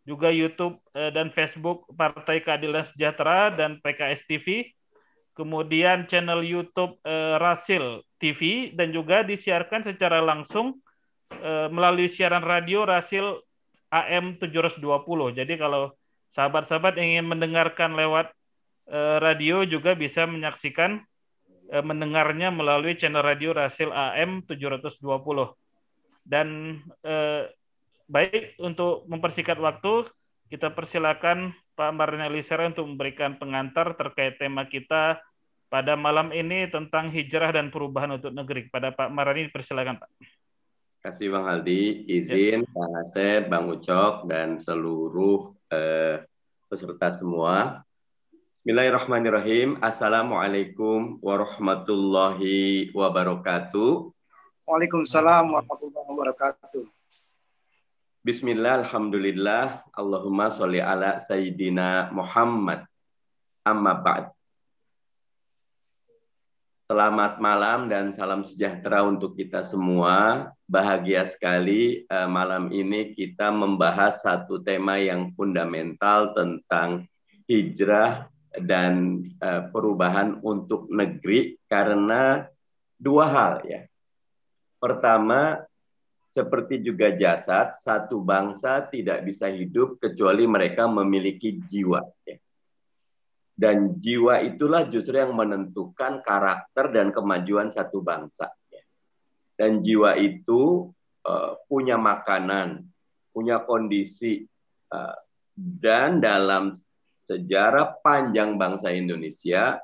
juga YouTube dan Facebook Partai Keadilan Sejahtera dan PKS TV, kemudian channel YouTube Rasil TV, dan juga disiarkan secara langsung melalui siaran radio Rasil AM 720. Jadi kalau sahabat-sahabat ingin mendengarkan lewat radio juga bisa menyaksikan mendengarnya melalui channel radio Rasil AM 720. Dan baik, untuk mempersingkat waktu, kita persilakan Pak Mardian Elisera untuk memberikan pengantar terkait tema kita pada malam ini tentang hijrah dan perubahan untuk negeri. Pada Pak Mardian, persilakan Pak. Terima kasih Bang Aldi. Izin Bang Asep, Bang Ucok, dan seluruh peserta semua. Bismillahirrahmanirrahim. Assalamualaikum warahmatullahi wabarakatuh. Waalaikumsalam warahmatullahi wabarakatuh. Bismillah, alhamdulillah, Allahumma sholli ala Sayyidina Muhammad. Amma ba'd. Selamat malam dan salam sejahtera untuk kita semua. Bahagia sekali malam ini kita membahas satu tema yang fundamental tentang hijrah dan perubahan untuk negeri, karena dua hal ya. Pertama, seperti juga jasad, satu bangsa tidak bisa hidup kecuali mereka memiliki jiwa. Ya. Dan jiwa itulah justru yang menentukan karakter dan kemajuan satu bangsa. Ya. Dan jiwa itu punya makanan, punya kondisi, dan dalam sejarah panjang bangsa Indonesia,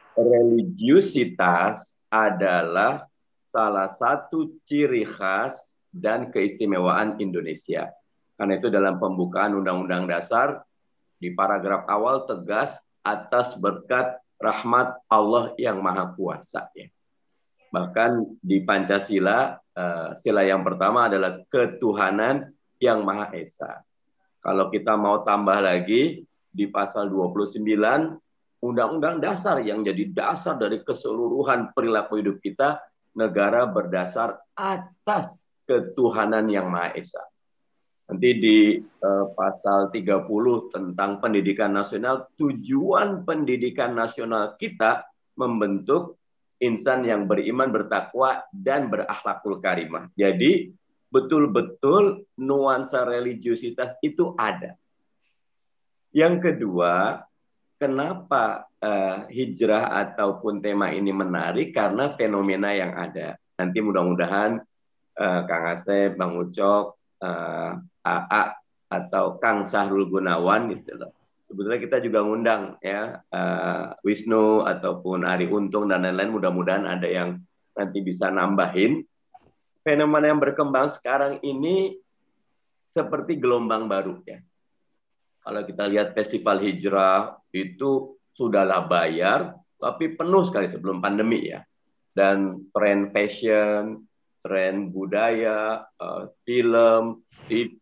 religiusitas adalah salah satu ciri khas dan keistimewaan Indonesia. Karena itu dalam pembukaan Undang-Undang Dasar, di paragraf awal tegas, atas berkat rahmat Allah yang Maha Kuasa. Ya. Bahkan di Pancasila, sila yang pertama adalah ketuhanan yang Maha Esa. Kalau kita mau tambah lagi, di pasal 29, Undang-Undang Dasar yang jadi dasar dari keseluruhan perilaku hidup kita, negara berdasar atas ketuhanan yang Maha Esa. Nanti di pasal 30 tentang pendidikan nasional, tujuan pendidikan nasional kita membentuk insan yang beriman, bertakwa, dan berakhlakul karimah. Jadi betul-betul nuansa religiusitas itu ada. Yang kedua, kenapa hijrah ataupun tema ini menarik? Karena fenomena yang ada. Nanti mudah-mudahan Kang Asep, Bang Ucok, AA, atau Kang Sahrul Gunawan gitu loh. Sebetulnya kita juga ngundang ya Wisnu ataupun Ari Untung dan lain-lain, mudah-mudahan ada yang nanti bisa nambahin. Fenomena yang berkembang sekarang ini seperti gelombang baru ya. Kalau kita lihat festival hijrah itu sudahlah bayar, tapi penuh sekali sebelum pandemi ya. Dan tren fashion, tren budaya, film, TV,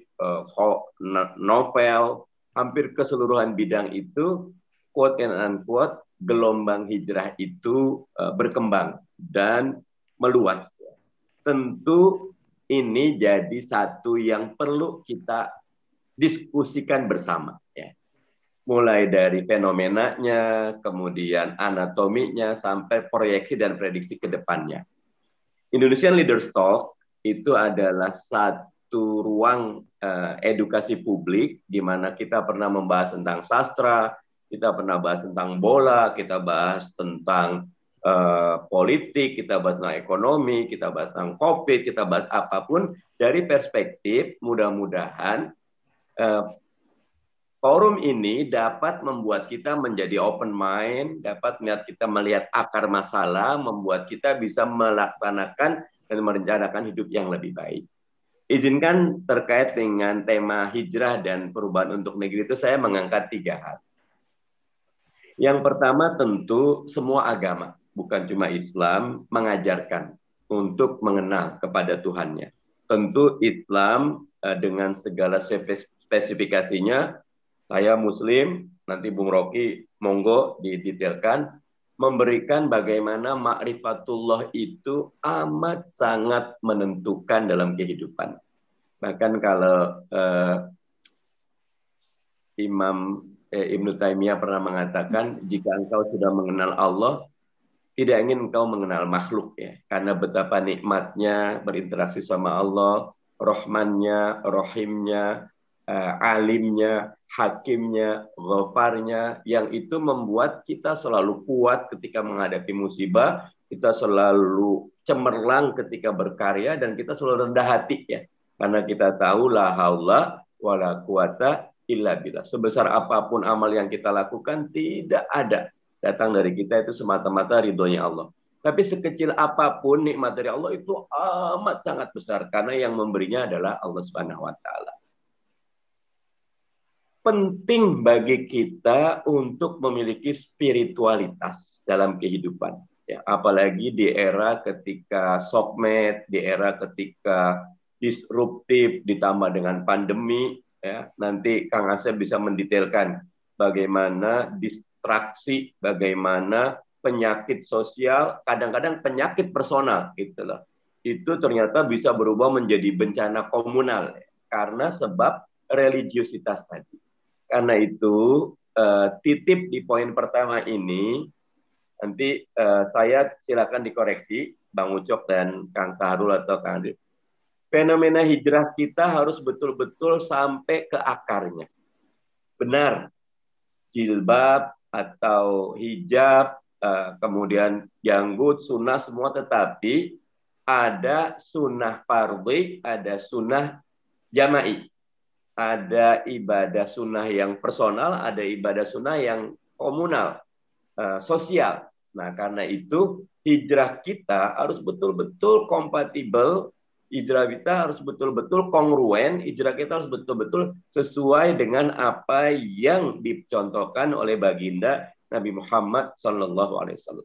novel, hampir keseluruhan bidang itu, quote and unquote, gelombang hijrah itu berkembang dan meluas. Tentu ini jadi satu yang perlu kita diskusikan bersama. Ya. Mulai dari fenomenanya, kemudian anatominya, sampai proyeksi dan prediksi ke depannya. Indonesian Leaders Talk itu adalah satu ruang edukasi publik di mana kita pernah membahas tentang sastra, kita pernah bahas tentang bola, kita bahas tentang politik, kita bahas tentang ekonomi, kita bahas tentang COVID, kita bahas apapun dari perspektif mudah-mudahan forum ini dapat membuat kita menjadi open mind, dapat melihat akar masalah, membuat kita bisa melaksanakan dan merencanakan hidup yang lebih baik. Izinkan terkait dengan tema hijrah dan perubahan untuk negeri itu saya mengangkat 3 hal. Yang pertama tentu semua agama, bukan cuma Islam, mengajarkan untuk mengenal kepada Tuhannya. Tentu Islam dengan segala spesifikasinya, saya Muslim, nanti Bung Rocky monggo didetailkan, memberikan bagaimana ma'rifatullah itu amat sangat menentukan dalam kehidupan. Bahkan kalau Imam Ibnu Taimiyah pernah mengatakan, jika engkau sudah mengenal Allah, tidak ingin engkau mengenal makhluk ya, karena betapa nikmatnya berinteraksi sama Allah, Rahmannya, Rahimnya, alimnya, hakimnya, ghafarnya, yang itu membuat kita selalu kuat ketika menghadapi musibah, kita selalu cemerlang ketika berkarya, dan kita selalu rendah hati ya, karena kita tahu la haula wala quwata illa billah. Sebesar apapun amal yang kita lakukan, tidak ada datang dari kita itu semata-mata ridhonya Allah. Tapi sekecil apapun nikmat dari Allah itu amat sangat besar, karena yang memberinya adalah Allah Subhanahu wa taala. Penting bagi kita untuk memiliki spiritualitas dalam kehidupan. Ya, apalagi di era ketika sosmed, di era ketika disruptif ditambah dengan pandemi. Ya, nanti Kang Asep bisa mendetailkan bagaimana distraksi, bagaimana penyakit sosial, kadang-kadang penyakit personal, gitu loh. Itu ternyata bisa berubah menjadi bencana komunal ya, karena sebab religiusitas tadi. Karena itu titip di poin pertama ini, nanti saya silakan dikoreksi Bang Ucok dan Kang Sahrul atau Kang Adit. Fenomena hijrah kita harus betul-betul sampai ke akarnya. Benar, jilbab atau hijab, kemudian janggut, sunnah semua, tetapi ada sunnah fardhi, ada sunnah jama'i. Ada ibadah sunnah yang personal, ada ibadah sunnah yang komunal, sosial. Nah, karena itu hijrah kita harus betul-betul kompatibel, hijrah kita harus betul-betul kongruen, hijrah kita harus betul-betul sesuai dengan apa yang dicontohkan oleh baginda Nabi Muhammad SAW.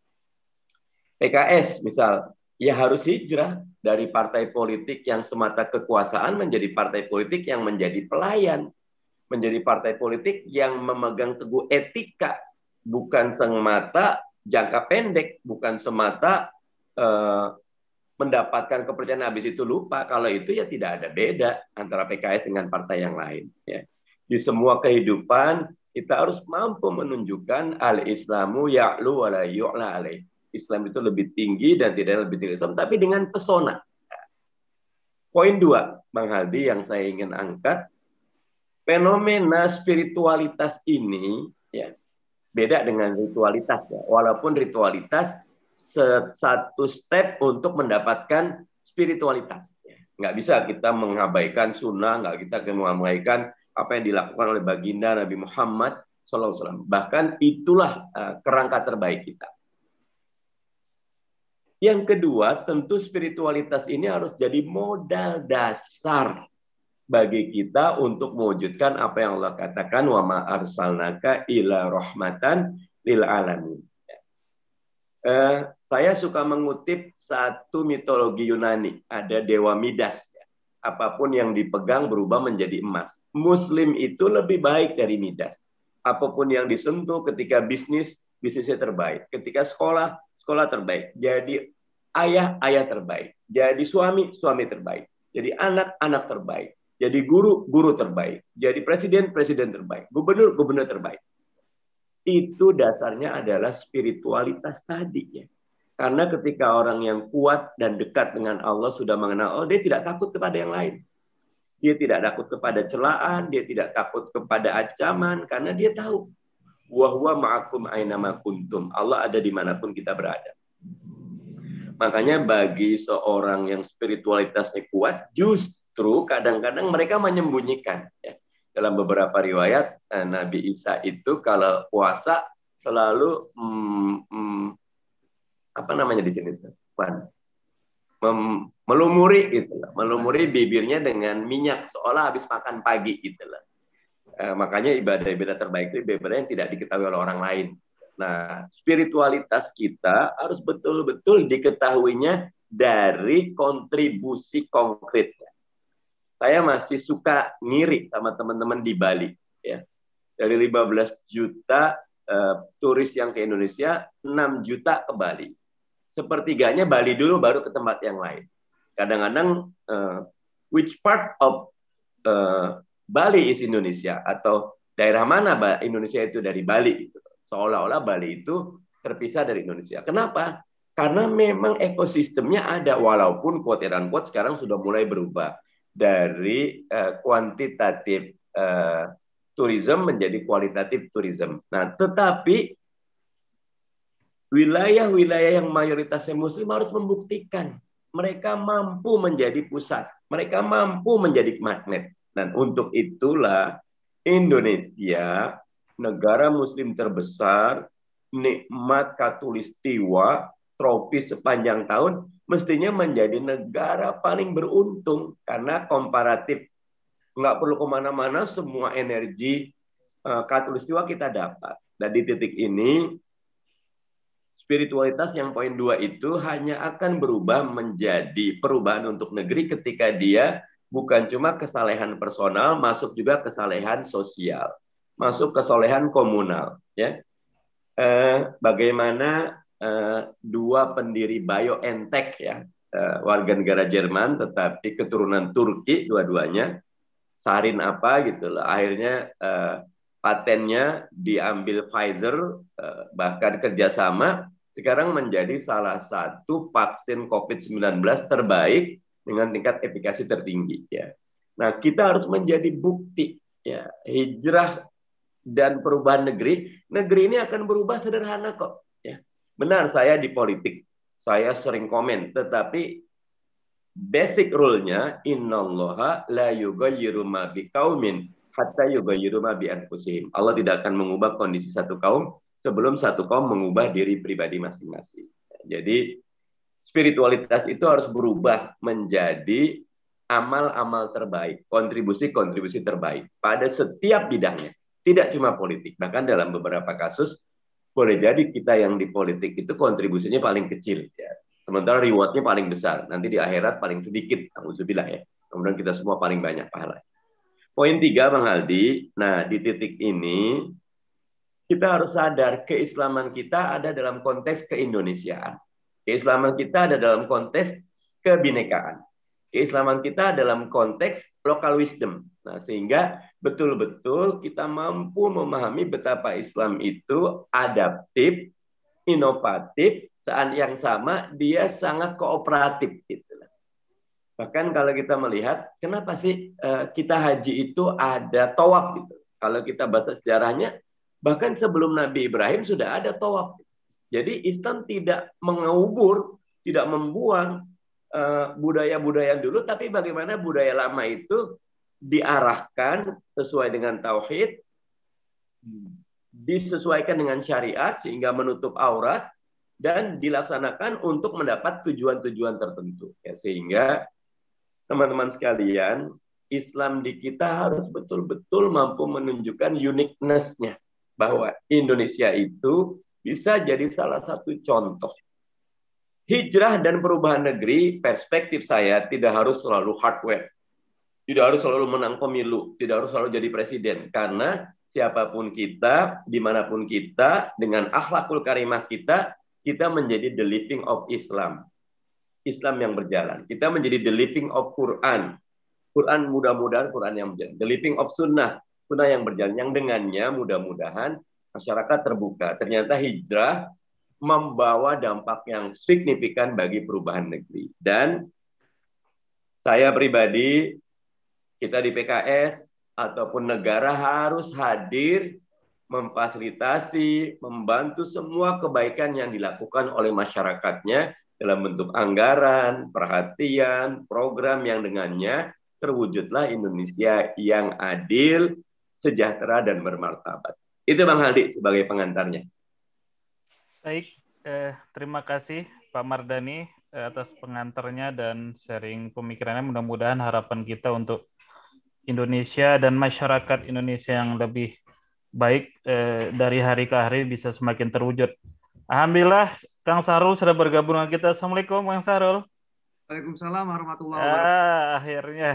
PKS misal, ya harus hijrah dari partai politik yang semata kekuasaan menjadi partai politik yang menjadi pelayan, menjadi partai politik yang memegang teguh etika, bukan semata jangka pendek, bukan semata mendapatkan kepercayaan habis itu lupa. Kalau itu ya tidak ada beda antara PKS dengan partai yang lain. Ya. Di semua kehidupan kita harus mampu menunjukkan al-Islamu ya'lu wa la yu'la alaih. Islam itu lebih tinggi dan tidak lebih tinggi Islam, tapi dengan pesona. Poin 2, Bang Hadi, yang saya ingin angkat, fenomena spiritualitas ini ya beda dengan ritualitas ya. Walaupun ritualitas satu step untuk mendapatkan spiritualitas. Nggak bisa kita mengabaikan sunnah, nggak kita mengabaikan apa yang dilakukan oleh baginda Nabi Muhammad SAW. Bahkan itulah kerangka terbaik kita. Yang kedua, tentu spiritualitas ini harus jadi modal dasar bagi kita untuk mewujudkan apa yang Allah katakan, wa ma arsalnaka ila rahmatan lil alamin. Saya suka mengutip satu mitologi Yunani, ada Dewa Midas. Apapun yang dipegang berubah menjadi emas. Muslim itu lebih baik dari Midas. Apapun yang disentuh, ketika bisnis, bisnisnya terbaik. Ketika sekolah, sekolah terbaik. Jadi ayah, ayah terbaik. Jadi suami, suami terbaik. Jadi anak, anak terbaik. Jadi guru, guru terbaik. Jadi presiden, presiden terbaik. Gubernur, gubernur terbaik. Itu dasarnya adalah spiritualitas tadi ya. Karena ketika orang yang kuat dan dekat dengan Allah sudah mengenal Allah, dia tidak takut kepada yang lain. Dia tidak takut kepada celaan, dia tidak takut kepada ancaman, karena dia tahu wa huwa ma'akum aina ma kuntum. Allah ada dimanapun kita berada. Makanya bagi seorang yang spiritualitasnya kuat, justru kadang-kadang mereka menyembunyikan. Ya. Dalam beberapa riwayat, Nabi Isa itu kalau puasa selalu apa namanya di sini? Melumuri gitu loh. Melumuri bibirnya dengan minyak seolah habis makan pagi gitu loh. Makanya ibadah-ibadah terbaik itu ibadah yang tidak diketahui oleh orang lain. Nah, spiritualitas kita harus betul-betul diketahuinya dari kontribusi konkretnya. Saya masih suka ngiri sama teman-teman di Bali. Ya. Dari 15 juta turis yang ke Indonesia, 6 juta ke Bali. Sepertiganya Bali dulu, baru ke tempat yang lain. Kadang-kadang, which part of Bali is Indonesia? Atau Daerah mana Indonesia itu dari Bali? Gitu. Seolah-olah Bali itu terpisah dari Indonesia. Kenapa? Karena memang ekosistemnya ada, walaupun quote and quote sekarang sudah mulai berubah dari kuantitatif tourism menjadi kualitatif tourism. Nah, tetapi wilayah-wilayah yang mayoritasnya Muslim harus membuktikan mereka mampu menjadi pusat, mereka mampu menjadi magnet. Dan untuk itulah Indonesia, negara Muslim terbesar, nikmat katulistiwa, tropis sepanjang tahun, mestinya menjadi negara paling beruntung karena komparatif nggak perlu kemana-mana, semua energi katulistiwa kita dapat. Dan di titik ini, spiritualitas yang poin 2 itu hanya akan berubah menjadi perubahan untuk negeri ketika dia bukan cuma kesalehan personal, masuk juga kesalehan sosial, masuk kesolehan komunal. Ya, bagaimana dua pendiri BioNTech ya, warga negara Jerman tetapi keturunan Turki dua-duanya, sarin apa gitu loh, akhirnya patennya diambil Pfizer, bahkan kerjasama sekarang menjadi salah satu vaksin COVID-19 terbaik dengan tingkat efikasi tertinggi. Ya. Nah, kita harus menjadi bukti ya, hijrah dan perubahan negeri ini akan berubah sederhana kok. Ya. Benar, saya di politik, saya sering komen, tetapi basic rule-nya innallaha la yughayyiru ma biqaumin hatta yughayyiru ma bi anfusihim. Allah tidak akan mengubah kondisi satu kaum sebelum satu kaum mengubah diri pribadi masing-masing. Jadi spiritualitas itu harus berubah menjadi amal-amal terbaik, kontribusi-kontribusi terbaik pada setiap bidangnya. Tidak cuma politik, bahkan dalam beberapa kasus boleh jadi kita yang di politik itu kontribusinya paling kecil ya. Sementara rewardnya paling besar. Nanti di akhirat paling sedikit. Alhamdulillah ya. Kemudian kita semua paling banyak pahala. Poin 3, Bang Aldi. Nah, di titik ini kita harus sadar keislaman kita ada dalam konteks keindonesiaan. Keislaman kita ada dalam konteks kebinekaan. Keislaman kita dalam konteks local wisdom. Nah, sehingga betul-betul kita mampu memahami betapa Islam itu adaptif, inovatif, saat yang sama dia sangat kooperatif. Gitu. Bahkan kalau kita melihat, kenapa sih kita haji itu ada tawaf? Gitu. Kalau kita baca sejarahnya, bahkan sebelum Nabi Ibrahim sudah ada tawaf. Jadi Islam tidak mengubur, tidak membuang budaya-budaya dulu, tapi bagaimana budaya lama itu diarahkan sesuai dengan tauhid, disesuaikan dengan syariat sehingga menutup aurat dan dilaksanakan untuk mendapat tujuan-tujuan tertentu. Ya, sehingga teman-teman sekalian, Islam di kita harus betul-betul mampu menunjukkan uniqueness-nya bahwa Indonesia itu bisa jadi salah satu contoh. Hijrah dan perubahan negeri, perspektif saya tidak harus selalu hardware. Tidak harus selalu menang pemilu, tidak harus selalu jadi presiden. Karena siapapun kita, dimanapun kita, dengan akhlakul karimah kita menjadi the living of Islam. Islam yang berjalan. Kita menjadi the living of Quran. Quran mudah-mudahan Quran yang berjalan. The living of sunnah. Sunnah yang berjalan. Yang dengannya mudah-mudahan masyarakat terbuka. Ternyata hijrah membawa dampak yang signifikan bagi perubahan negeri. Dan saya pribadi, kita di PKS ataupun negara harus hadir memfasilitasi, membantu semua kebaikan yang dilakukan oleh masyarakatnya dalam bentuk anggaran, perhatian, program yang dengannya terwujudlah Indonesia yang adil, sejahtera, dan bermartabat. Itu Bang Haldi sebagai pengantarnya. Baik, terima kasih Pak Mardhani atas pengantarnya dan sharing pemikirannya. Mudah-mudahan harapan kita untuk Indonesia dan masyarakat Indonesia yang lebih baik dari hari ke hari bisa semakin terwujud. Alhamdulillah, Kang Sahrul sudah bergabung dengan kita. Assalamualaikum, Kang Sahrul. Waalaikumsalam warahmatullahi wabarakatuh. Akhirnya.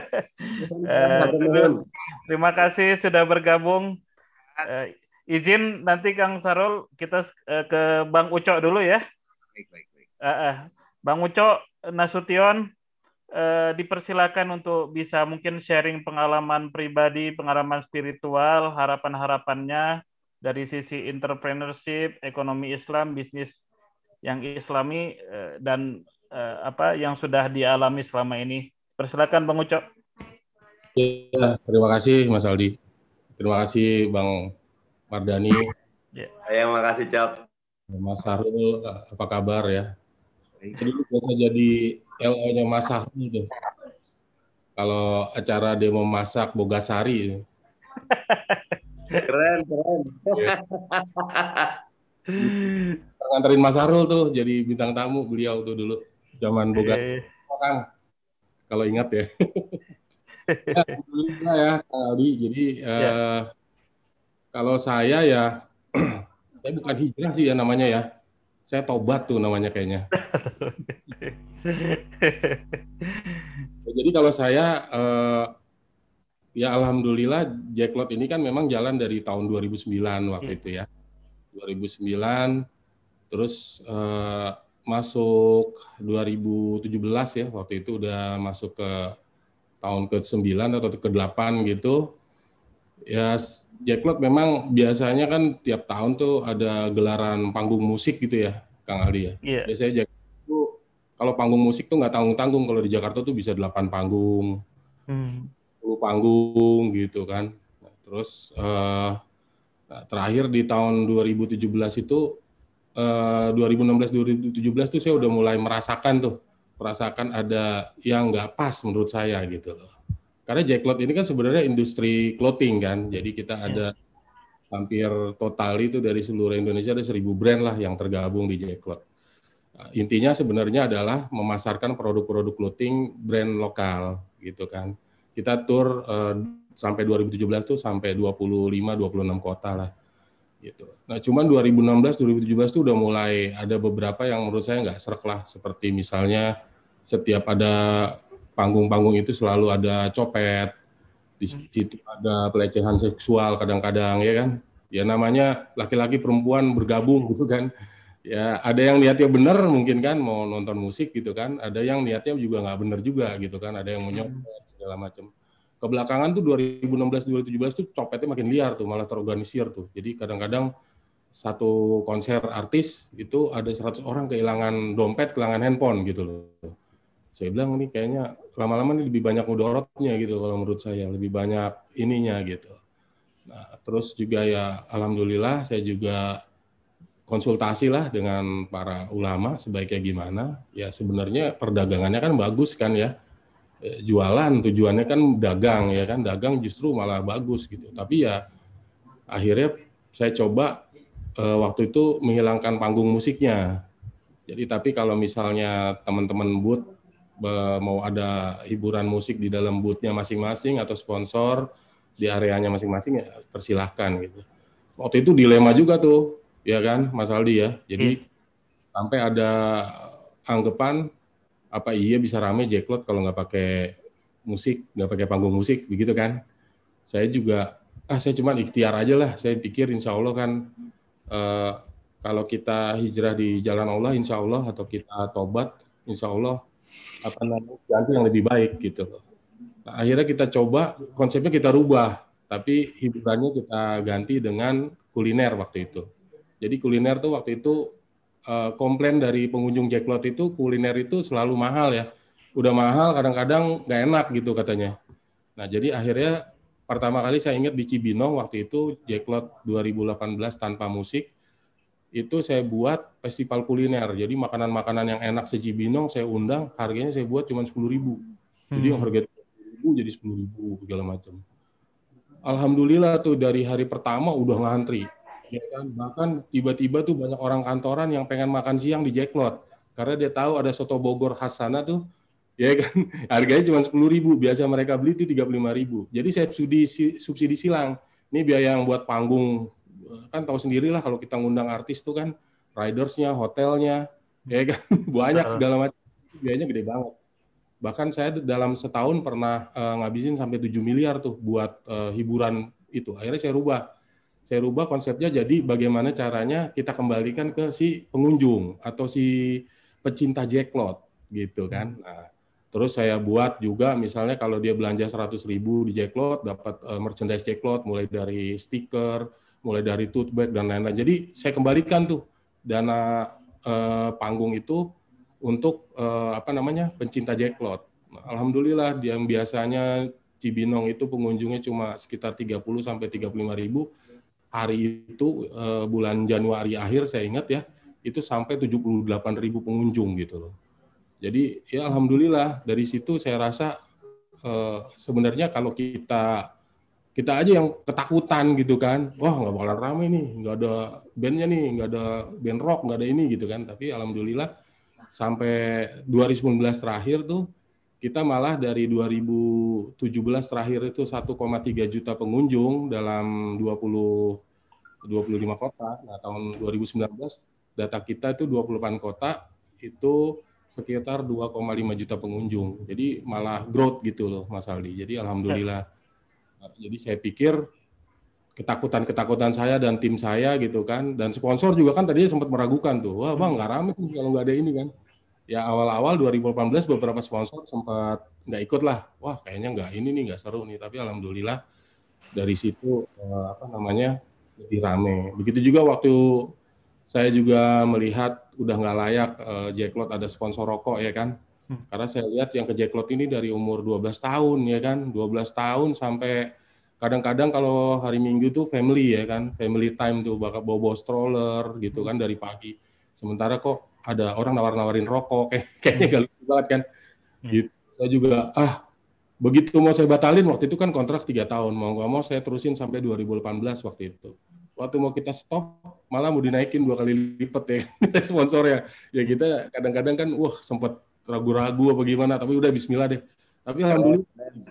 Terima kasih sudah bergabung. Izin nanti Kang Sahrul kita ke Bang Ucok dulu ya. Baik. Bang Ucok Nasution, dipersilakan untuk bisa mungkin sharing pengalaman pribadi, pengalaman spiritual, harapan-harapannya dari sisi entrepreneurship, ekonomi Islam, bisnis yang Islami, dan apa yang sudah dialami selama ini. Persilakan Bang Ucok. Ya, terima kasih Mas Aldi. Terima kasih Bang Mardani. Terima kasih Cok. Mas Sahrul, apa kabar ya? Jadi biasa jadi LO-nya Mas Sahrul tuh. Kalau acara demo masak Bogasari. Keren. Nganterin Mas Sahrul tuh jadi bintang tamu beliau tuh dulu. Zaman Bogasari. Kang, kalau ingat ya. Ya, alhamdulillah ya, Kang Aldi. Jadi kalau saya ya, saya bukan hijrah sih ya namanya ya. Saya tobat tuh namanya kayaknya. Jadi kalau saya, ya alhamdulillah Jacklot ini kan memang jalan dari tahun 2009 waktu itu ya. 2009, terus masuk 2017 ya, waktu itu udah masuk ke tahun ke-9 atau ke-8 gitu. Ya, Jacklot memang biasanya kan tiap tahun tuh ada gelaran panggung musik gitu ya, Kang Aldi ya. Yeah. Biasanya Jacklot tuh kalau panggung musik tuh nggak tanggung-tanggung. Kalau di Jakarta tuh bisa 8 panggung, 10 panggung gitu kan. Nah, terus terakhir di tahun 2017 itu 2016-2017 tuh saya udah mulai merasakan ada yang nggak pas menurut saya gitu loh. Karena Jacklot ini kan sebenarnya industri clothing kan, jadi kita ada hampir total itu dari seluruh Indonesia ada 1.000 brand lah yang tergabung di Jacklot. Intinya sebenarnya adalah memasarkan produk-produk clothing brand lokal gitu kan. Kita tur sampai 2017 tuh sampai 25-26 kota lah. Gitu. Nah, cuman 2016-2017 tuh udah mulai ada beberapa yang menurut saya nggak srek lah, seperti misalnya setiap ada panggung-panggung itu selalu ada copet, di situ ada pelecehan seksual kadang-kadang ya kan, ya namanya laki-laki perempuan bergabung gitu kan, ya ada yang niatnya benar mungkin kan mau nonton musik gitu kan, ada yang niatnya juga nggak benar juga gitu kan, ada yang mau nyopet segala macam. Kebelakangan tuh 2016-2017 tuh copetnya makin liar tuh, malah terorganisir tuh. Jadi kadang-kadang satu konser artis itu ada 100 orang kehilangan dompet, kehilangan handphone gitu loh. Saya bilang nih kayaknya lama-lama ini lebih banyak mudorotnya gitu kalau menurut saya, lebih banyak ininya gitu. Nah, terus juga ya alhamdulillah saya juga konsultasi lah dengan para ulama sebaiknya gimana. Ya sebenarnya perdagangannya kan bagus kan ya. Jualan tujuannya kan dagang ya kan, dagang justru malah bagus gitu. Tapi ya akhirnya saya coba waktu itu menghilangkan panggung musiknya. Jadi tapi kalau misalnya teman-teman booth mau ada hiburan musik di dalam booth-nya masing-masing atau sponsor di areanya masing-masing ya persilahkan gitu. Waktu itu dilema juga tuh ya kan Mas Aldi ya. Jadi sampai ada anggapan apa iya bisa rame Jacklot kalau nggak pakai musik, nggak pakai panggung musik begitu kan. Saya juga saya cuma ikhtiar aja lah. Saya pikir insya Allah kan kalau kita hijrah di jalan Allah insya Allah atau kita tobat insya Allah apa namanya ganti yang lebih baik gitu loh. Nah, akhirnya kita coba konsepnya kita rubah, tapi hiburannya kita ganti dengan kuliner waktu itu. Jadi kuliner tuh waktu itu komplain dari pengunjung Jacklot itu kuliner itu selalu mahal ya. Udah mahal kadang-kadang nggak enak gitu katanya. Nah jadi akhirnya pertama kali saya ingat di Cibinong waktu itu Jacklot 2018 tanpa musik. Itu saya buat festival kuliner. Jadi makanan-makanan yang enak se-Cibinong saya undang, harganya saya buat cuma 10.000. Jadi yang harga 10.000 jadi 10.000 segala macam. Alhamdulillah tuh dari hari pertama udah ngantri. Ya kan? Bahkan tiba-tiba tuh banyak orang kantoran yang pengen makan siang di Jacklot. Karena dia tahu ada soto Bogor khas sana tuh. Ya kan? Harganya cuma 10.000. Biasa mereka beli itu 35.000. Jadi saya subsidi silang. Ini biaya yang buat panggung, kan tahu sendirilah kalau kita ngundang artis tuh kan ridersnya, hotelnya, ya kan banyak segala macam, biayanya gede banget. Bahkan saya dalam setahun pernah ngabisin sampai 7 miliar tuh buat hiburan itu. Akhirnya saya rubah konsepnya jadi bagaimana caranya kita kembalikan ke si pengunjung atau si pecinta Jacklot gitu kan. Nah, Terus saya buat juga misalnya kalau dia belanja 100.000 di Jacklot dapat merchandise Jacklot mulai dari stiker, mulai dari tote bag dan lain-lain. Jadi saya kembalikan tuh dana panggung itu untuk pencinta Jacklot. Alhamdulillah dia yang biasanya Cibinong itu pengunjungnya cuma sekitar 30 sampai 35.000, hari itu bulan Januari akhir saya ingat ya, itu sampai 78.000 pengunjung gitu loh. Jadi ya alhamdulillah dari situ saya rasa sebenarnya kalau kita aja yang ketakutan gitu kan, wah nggak bakalan rame nih, nggak ada bandnya nih, nggak ada band rock, nggak ada ini gitu kan. Tapi alhamdulillah sampai 2019 terakhir tuh kita malah dari 2017 terakhir itu 1,3 juta pengunjung dalam 25 kota. Nah tahun 2019 data kita itu 28 kota itu sekitar 2,5 juta pengunjung. Jadi malah growth gitu loh Mas Aldi. Jadi alhamdulillah. Jadi saya pikir ketakutan saya dan tim saya gitu kan, dan sponsor juga kan tadinya sempat meragukan tuh, wah bang nggak rame tuh kalau nggak ada ini kan. Ya awal-awal 2018 beberapa sponsor sempat nggak ikut lah, wah kayaknya nggak ini nih, nggak seru nih. Tapi alhamdulillah dari situ lebih rame. Begitu juga waktu saya juga melihat udah nggak layak Jacklot ada sponsor rokok ya kan. Karena saya lihat yang ke Jacklot ini dari umur 12 tahun ya kan, 12 tahun sampai kadang-kadang kalau hari Minggu tuh family ya kan, family time tuh bakal bawa stroller gitu kan dari pagi. Sementara kok ada orang nawarin rokok, kayaknya gak lucu banget kan. Gitu. Saya juga begitu mau saya batalin waktu itu kan kontrak 3 tahun, mau nggak mau saya terusin sampai 2018 waktu itu. Waktu mau kita stop malah mau dinaikin 2 kali lipat ya sponsornya. Ya kita kadang-kadang kan sempat ragu-ragu apa gimana, tapi udah bismillah deh. Tapi alhamdulillah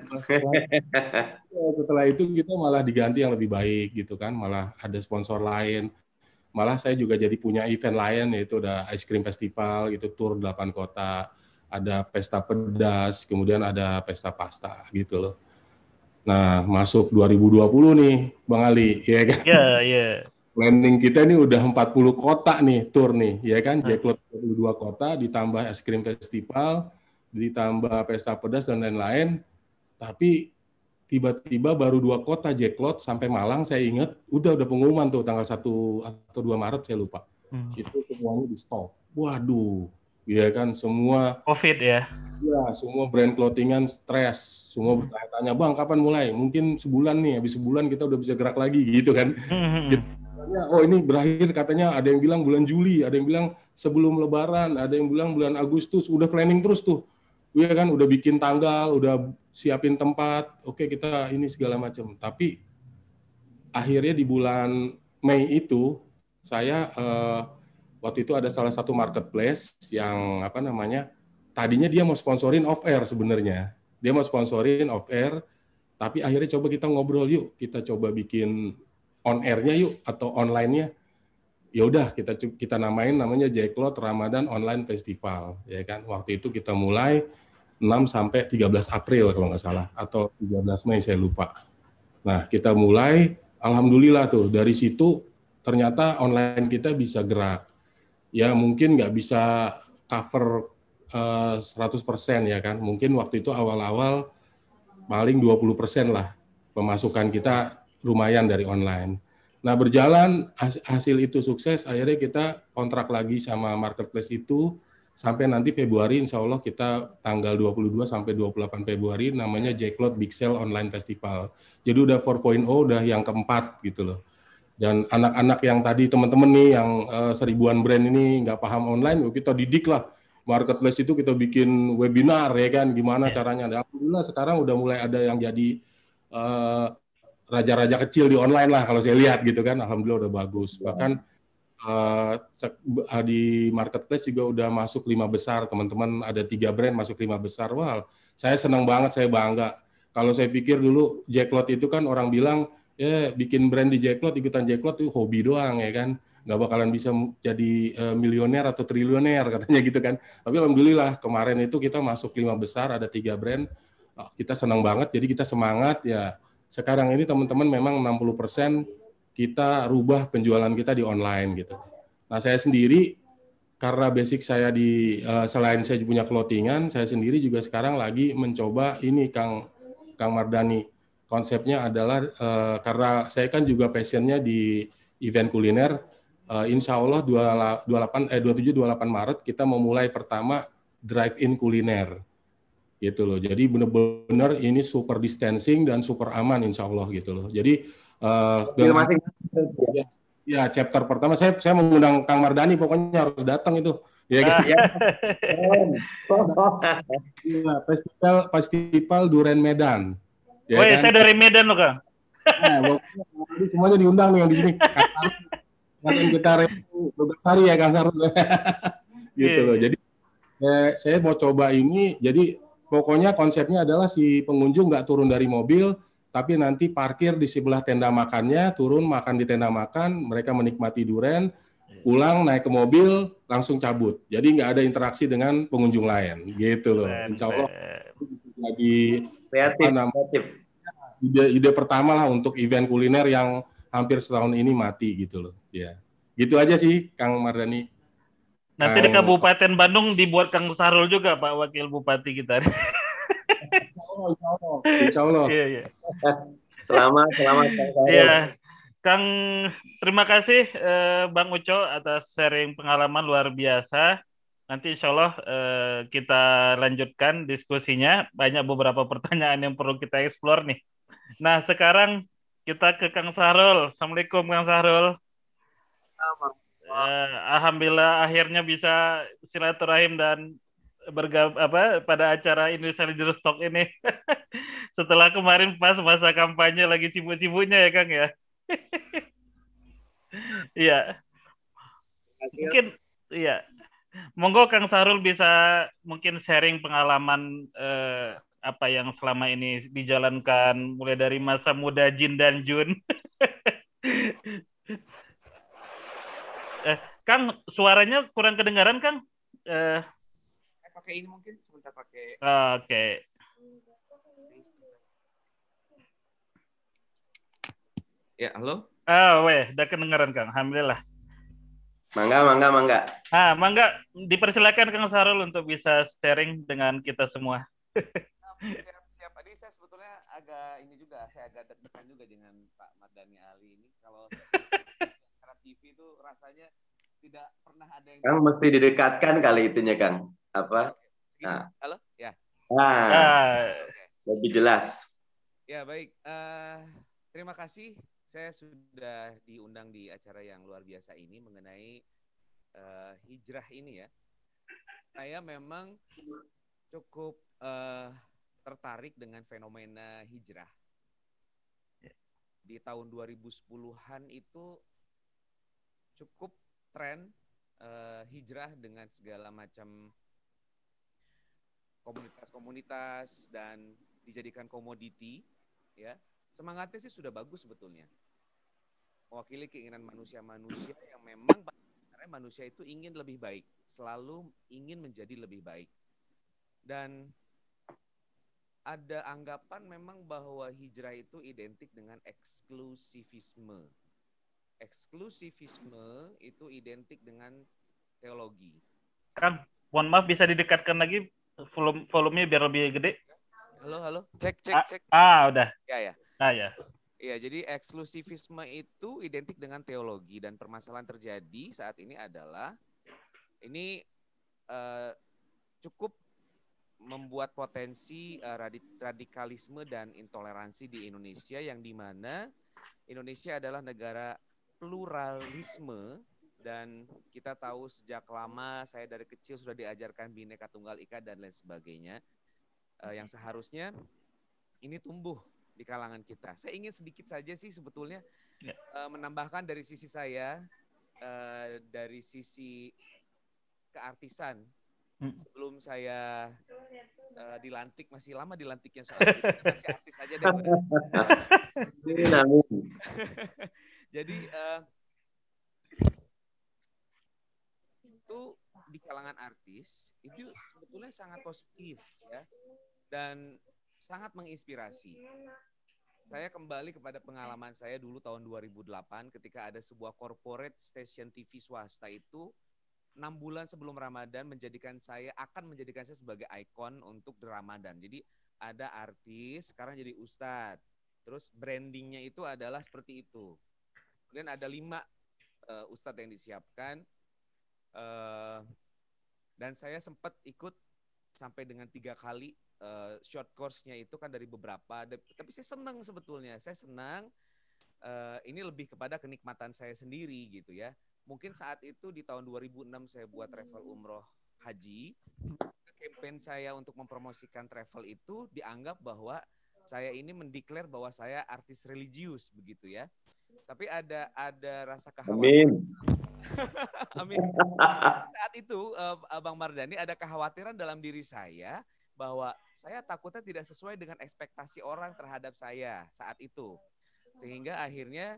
setelah itu kita malah diganti yang lebih baik gitu kan, malah ada sponsor lain. Malah saya juga jadi punya event lain, yaitu ada Ice Cream Festival gitu, tour 8 kota, ada pesta pedas, kemudian ada pesta pasta gitu loh. Nah, masuk 2020 nih, Bang Ali, ya kan? Iya. Planning kita ini udah 40 kota nih, tour nih, ya kan? Jacklot 22 kota, ditambah Ice Cream Festival, ditambah pesta pedas dan lain-lain. Tapi tiba-tiba baru 2 kota Jacklot sampai Malang, saya ingat udah pengumuman tuh tanggal 1 atau 2 Maret saya lupa. Itu semuanya di stop. Waduh, ya kan semua COVID ya. Ya, semua brand clothingan stres, semua bertanya-tanya, "Bang, kapan mulai?" Mungkin sebulan nih, habis sebulan kita udah bisa gerak lagi gitu kan. Oh, ini berakhir katanya, ada yang bilang bulan Juli, ada yang bilang sebelum Lebaran, ada yang bilang bulan Agustus, udah planning terus tuh. Iya kan, udah bikin tanggal, udah siapin tempat, oke kita ini segala macam. Tapi akhirnya di bulan Mei itu saya waktu itu ada salah satu marketplace yang tadinya dia mau sponsorin off air sebenarnya. Dia mau sponsorin off air, tapi akhirnya coba kita ngobrol yuk, kita coba bikin on air-nya yuk atau online-nya. Ya udah kita namanya Jacklot Ramadan Online Festival ya kan. Waktu itu kita mulai 6 sampai 13 April kalau nggak salah, atau 13 Mei saya lupa. Nah, kita mulai, alhamdulillah tuh dari situ ternyata online kita bisa gerak. Ya mungkin nggak bisa cover 100% ya kan. Mungkin waktu itu awal-awal paling 20% lah pemasukan kita lumayan dari online. Nah, berjalan hasil itu sukses, akhirnya kita kontrak lagi sama marketplace itu sampai nanti Februari, insya Allah kita tanggal 22 sampai 28 Februari namanya Jacklot Big Sale Online Festival. Jadi udah 4.0, udah yang keempat gitu loh. Dan anak-anak yang tadi teman-teman nih yang seribuan brand ini nggak paham online, kita didik lah. Marketplace itu kita bikin webinar ya kan, gimana caranya. Alhamdulillah sekarang udah mulai ada yang jadi raja-raja kecil di online lah kalau saya lihat gitu kan, alhamdulillah udah bagus. Bahkan di marketplace juga udah masuk 5 besar, teman-teman ada 3 brand masuk 5 besar. Wah, saya senang banget, saya bangga. Kalau saya pikir dulu Jacklot itu kan orang bilang, bikin brand di Jacklot, ikutan Jacklot itu hobi doang ya kan, nggak bakalan bisa jadi milioner atau triliuner katanya gitu kan. Tapi alhamdulillah kemarin itu kita masuk 5 besar, ada 3 brand, kita senang banget, jadi kita semangat ya. Sekarang ini teman-teman memang 60% kita rubah penjualan kita di online gitu. Nah saya sendiri karena basic saya selain saya punya clothingan, saya sendiri juga sekarang lagi mencoba ini Kang Mardhani. Konsepnya adalah karena saya kan juga passionnya di event kuliner. Insya Allah 27-28 Maret kita memulai pertama drive-in kuliner gitu loh. Jadi benar-benar ini super distancing dan super aman insya Allah gitu loh. Jadi dengan ya chapter pertama saya mengundang Kang Mardhani, pokoknya harus datang itu. Ya kan? Festival Durian Medan. Ya, kan? Saya dari Medan loh, Kang. Nah, semuanya diundang nih yang di sini. Kalian kita Sari ya Kang Sarul. Gitu loh. Jadi saya mau coba ini. Jadi pokoknya konsepnya adalah si pengunjung nggak turun dari mobil, tapi nanti parkir di sebelah tenda makannya, turun makan di tenda makan, mereka menikmati durian, pulang naik ke mobil langsung cabut. Jadi nggak ada interaksi dengan pengunjung lain, gitu loh. Insya Allah lagi kreatif. Ide pertama lah untuk event kuliner yang hampir setahun ini mati gitu loh. Ya, gitu aja sih Kang Mardhani. Nanti di Kabupaten Bandung dibuat Kang Sarul juga Pak Wakil Bupati kita. Insya Allah. Iya. Selamat Kang Sarul. Iya. Kang, terima kasih Bang Uco atas sharing pengalaman luar biasa. Nanti insya Allah kita lanjutkan diskusinya. Banyak beberapa pertanyaan yang perlu kita eksplor nih. Nah, sekarang kita ke Kang Sarul. Assalamualaikum Kang Sarul. Alhamdulillah akhirnya bisa silaturahim dan pada acara Indonesia Leader Stock ini. Setelah kemarin pas masa kampanye lagi sibuk-sibuknya ya Kang ya. Iya. Mungkin iya. Monggo Kang Sarul bisa mungkin sharing pengalaman apa yang selama ini dijalankan mulai dari masa muda Jin dan Jun. Kang, suaranya kurang kedengaran, Kang. Pakai ini mungkin sebentar pakai. Oke. Ya, halo. Udah kedengaran, Kang. Alhamdulillah. Mangga. Mangga, dipersilakan Kang Sarul untuk bisa sharing dengan kita semua. Siap. Tadi saya sebetulnya saya agak deg-degan juga dengan Pak Mardhani Ali ini. Kalau secara TV itu rasanya tidak pernah ada yang... Kang mesti didekatkan kali itunya, Kang. Apa? Nah. Halo? Ya. Lebih jelas. Ya, baik. Terima kasih. Saya sudah diundang di acara yang luar biasa ini mengenai hijrah ini ya. Saya memang cukup tertarik dengan fenomena hijrah. Di tahun 2010-an itu cukup tren hijrah dengan segala macam komunitas-komunitas dan dijadikan komoditi ya. Semangatnya sih sudah bagus sebetulnya. Mewakili keinginan manusia-manusia yang memang karena manusia itu ingin lebih baik, selalu ingin menjadi lebih baik. Dan ada anggapan memang bahwa hijrah itu identik dengan eksklusivisme. Eksklusivisme itu identik dengan teologi. Kang, mohon maaf bisa didekatkan lagi volumenya biar lebih gede. Halo. Cek. Udah. Ya. Ya. Iya, jadi eksklusivisme itu identik dengan teologi dan permasalahan terjadi saat ini adalah ini cukup membuat potensi radikalisme dan intoleransi di Indonesia yang dimana Indonesia adalah negara pluralisme dan kita tahu sejak lama saya dari kecil sudah diajarkan Bhinneka Tunggal Ika dan lain sebagainya yang seharusnya ini tumbuh di kalangan kita. Saya ingin sedikit saja sih sebetulnya menambahkan dari sisi saya, dari sisi keartisan. Sebelum saya dilantik, masih lama dilantiknya soal masih artis saja deh. Jadi itu di kalangan artis itu sebetulnya sangat positif ya dan sangat menginspirasi. Saya kembali kepada pengalaman saya dulu tahun 2008 ketika ada sebuah corporate station TV swasta itu 6 bulan sebelum Ramadan akan menjadikan saya sebagai ikon untuk The Ramadan. Jadi ada artis, sekarang jadi ustadz. Terus brandingnya itu adalah seperti itu. Kemudian ada 5 ustadz yang disiapkan. Dan saya sempat ikut sampai dengan 3 kali short course-nya itu kan dari beberapa. Tapi saya senang sebetulnya. Saya senang. Ini lebih kepada kenikmatan saya sendiri gitu ya. Mungkin saat itu di tahun 2006 saya buat travel umroh haji. Campaign saya untuk mempromosikan travel itu dianggap bahwa saya ini mendeklar bahwa saya artis religius begitu ya. Tapi ada rasa kekhawatiran. Amin. Amin. Saat itu Bang Mardhani ada kekhawatiran dalam diri saya bahwa saya takutnya tidak sesuai dengan ekspektasi orang terhadap saya saat itu. Sehingga akhirnya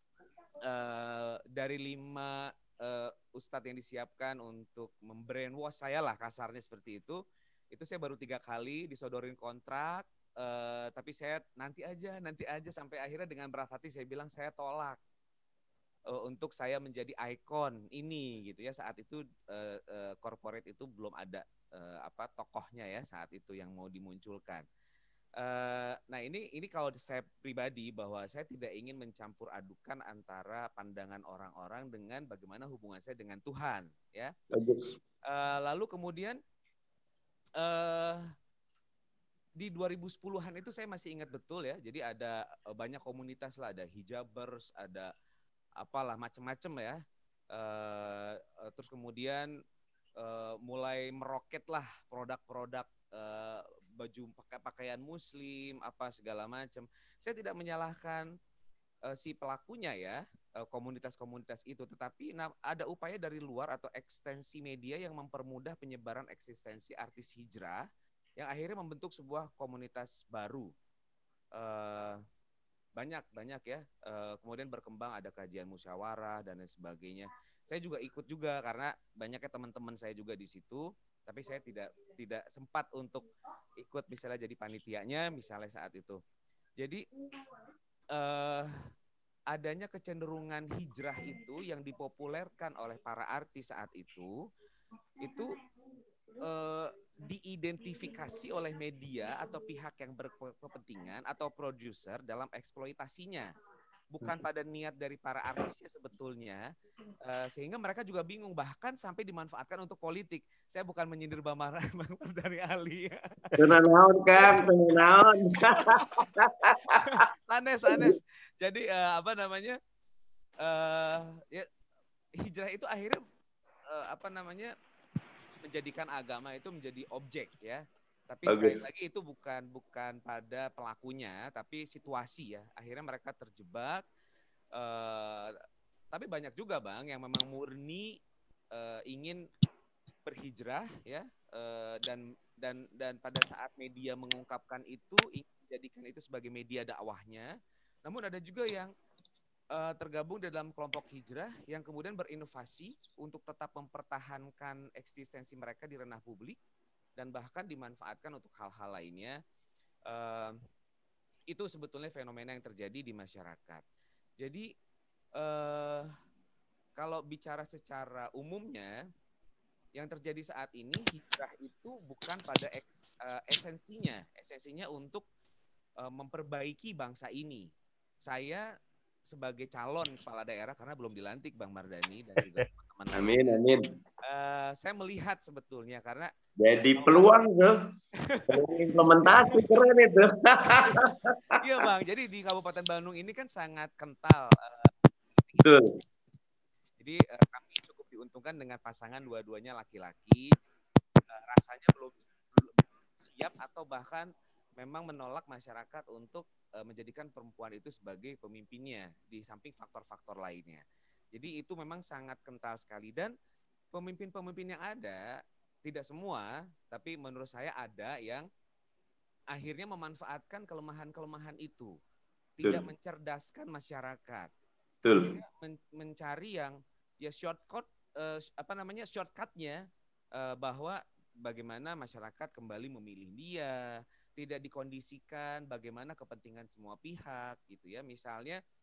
dari 5 ustadz yang disiapkan untuk membrainwash saya lah kasarnya seperti itu saya baru 3 kali disodorin kontrak, tapi saya nanti aja sampai akhirnya dengan berat hati saya bilang saya tolak untuk saya menjadi ikon ini gitu ya. Saat itu corporate itu belum ada tokohnya ya saat itu yang mau dimunculkan. Nah ini kalau saya pribadi bahwa saya tidak ingin mencampur adukan antara pandangan orang-orang dengan bagaimana hubungan saya dengan Tuhan ya. Lalu kemudian di 2010-an itu saya masih ingat betul ya. Jadi ada banyak komunitas lah, ada hijabers, ada apalah macam-macam ya. Terus kemudian mulai meroket lah produk-produk baju pakaian muslim apa segala macam. Saya tidak menyalahkan si pelakunya ya, komunitas-komunitas itu, tetapi ada upaya dari luar atau ekstensi media yang mempermudah penyebaran eksistensi artis hijrah yang akhirnya membentuk sebuah komunitas baru. Banyak ya. Kemudian berkembang ada kajian musyawarah dan lain sebagainya. Saya juga ikut juga karena banyaknya teman-teman saya juga di situ. Tapi saya tidak sempat untuk ikut misalnya jadi panitianya misalnya saat itu. Jadi adanya kecenderungan hijrah itu yang dipopulerkan oleh para artis saat itu diidentifikasi oleh media atau pihak yang berkepentingan atau produser dalam eksploitasinya. Bukan pada niat dari para artisnya sebetulnya, sehingga mereka juga bingung, bahkan sampai dimanfaatkan untuk politik. Saya bukan menyindir Bang Mardhani Ali. Tenaun kan, tenaun. Sanes. Jadi ya, hijrah itu akhirnya menjadikan agama itu menjadi objek ya. Tapi sekali lagi itu bukan pada pelakunya, tapi situasi ya. Akhirnya mereka terjebak. Tapi banyak juga Bang yang memang murni ingin berhijrah ya, dan pada saat media mengungkapkan itu ingin menjadikan itu sebagai media dakwahnya. Namun ada juga yang tergabung dalam kelompok hijrah yang kemudian berinovasi untuk tetap mempertahankan eksistensi mereka di ranah publik dan bahkan dimanfaatkan untuk hal-hal lainnya. Itu sebetulnya fenomena yang terjadi di masyarakat. Jadi kalau bicara secara umumnya, yang terjadi saat ini hijrah itu bukan pada esensinya untuk memperbaiki bangsa ini. Saya sebagai calon kepala daerah karena belum dilantik Bang Mardhani dan juga teman-teman. Amin. Saya melihat sebetulnya karena jadi peluang tuh. Implementasi keren itu. Iya Bang, jadi di Kabupaten Bandung ini kan sangat kental. Betul. Jadi kami cukup diuntungkan dengan pasangan dua-duanya laki-laki. Rasanya belum siap atau bahkan memang menolak masyarakat untuk menjadikan perempuan itu sebagai pemimpinnya di samping faktor-faktor lainnya. Jadi itu memang sangat kental sekali dan pemimpin-pemimpin yang ada tidak semua, tapi menurut saya ada yang akhirnya memanfaatkan kelemahan-kelemahan itu, tidak mencerdaskan masyarakat, akhirnya mencari yang ya shortcutnya bahwa bagaimana masyarakat kembali memilih dia, tidak dikondisikan bagaimana kepentingan semua pihak gitu ya. Misalnya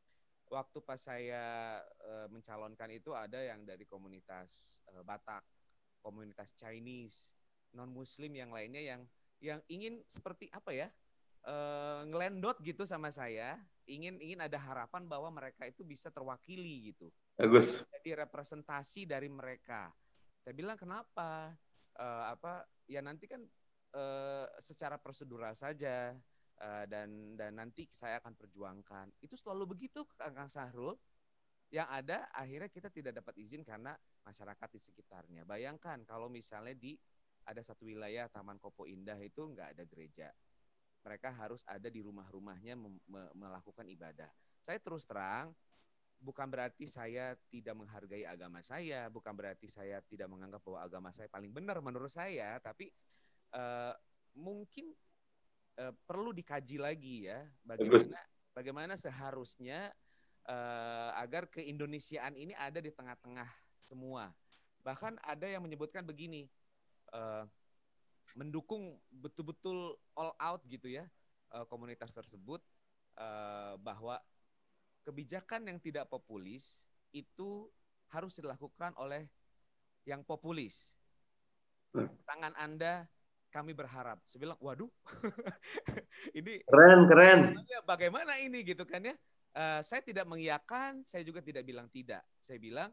waktu pas saya mencalonkan itu ada yang dari komunitas Batak, komunitas Chinese, non Muslim yang lainnya yang ingin seperti apa ya, ngelendot gitu sama saya, ingin ada harapan bahwa mereka itu bisa terwakili gitu. Bagus. Jadi representasi dari mereka. Saya bilang kenapa? Ya nanti kan secara prosedural saja, dan nanti saya akan perjuangkan. Itu selalu begitu Kang Sahrul. Yang ada akhirnya kita tidak dapat izin karena masyarakat di sekitarnya. Bayangkan kalau misalnya ada satu wilayah Taman Kopo Indah itu nggak ada gereja. Mereka harus ada di rumah-rumahnya melakukan ibadah. Saya terus terang, bukan berarti saya tidak menghargai agama saya, bukan berarti saya tidak menganggap bahwa agama saya paling benar menurut saya, tapi mungkin perlu dikaji lagi ya, bagaimana seharusnya agar keindonesiaan ini ada di tengah-tengah semua. Bahkan ada yang menyebutkan begini, mendukung betul-betul all out gitu ya, komunitas tersebut, bahwa kebijakan yang tidak populis itu harus dilakukan oleh yang populis. Tangan Anda kami berharap. Saya bilang, waduh, ini keren. Bagaimana ini gitu kan ya? Saya tidak mengiyakan, saya juga tidak bilang tidak. Saya bilang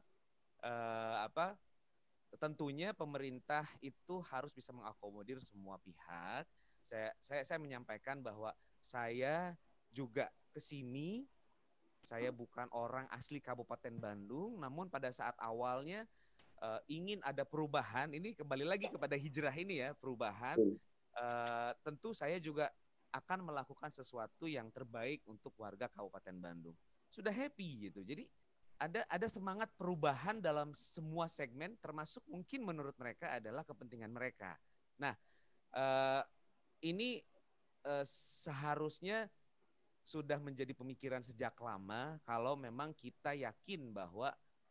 tentunya pemerintah itu harus bisa mengakomodir semua pihak. Saya menyampaikan bahwa saya juga ke sini, saya bukan orang asli Kabupaten Bandung, namun pada saat awalnya ingin ada perubahan, ini kembali lagi kepada hijrah ini ya, perubahan. Tentu saya juga akan melakukan sesuatu yang terbaik untuk warga Kabupaten Bandung. Sudah happy gitu. Jadi ada semangat perubahan dalam semua segmen, termasuk mungkin menurut mereka adalah kepentingan mereka. Nah, ini seharusnya sudah menjadi pemikiran sejak lama kalau memang kita yakin bahwa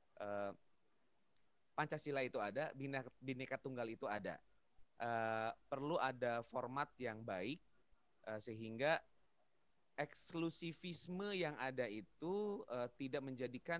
Pancasila itu ada, Bhinneka Tunggal itu ada. Perlu ada format yang baik sehingga eksklusivisme yang ada itu tidak menjadikan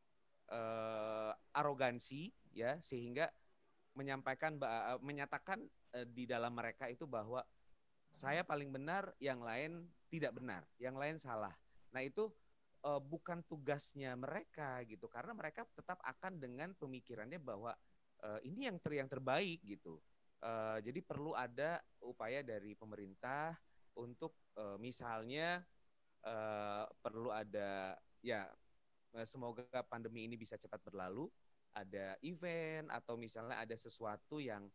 arogansi ya, sehingga menyatakan di dalam mereka itu bahwa saya paling benar, yang lain tidak benar, yang lain salah. Nah itu bukan tugasnya mereka gitu, karena mereka tetap akan dengan pemikirannya bahwa ini yang terbaik gitu. Jadi perlu ada upaya dari pemerintah untuk misalnya perlu ada ya, semoga pandemi ini bisa cepat berlalu, ada event atau misalnya ada sesuatu yang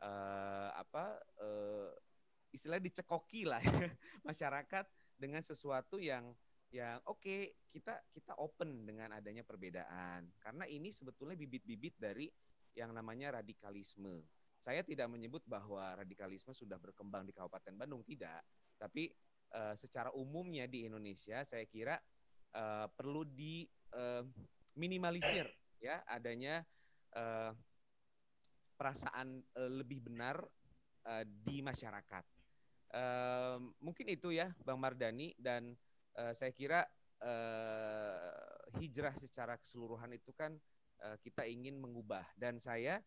istilahnya dicekoki lah ya, masyarakat dengan sesuatu yang oke, kita open dengan adanya perbedaan, karena ini sebetulnya bibit-bibit dari yang namanya radikalisme. Saya tidak menyebut bahwa radikalisme sudah berkembang di Kabupaten Bandung, tidak, tapi secara umumnya di Indonesia saya kira perlu minimalisir ya, adanya perasaan lebih benar di masyarakat. Mungkin itu ya Bang Mardhani, dan saya kira hijrah secara keseluruhan itu kan kita ingin mengubah, dan saya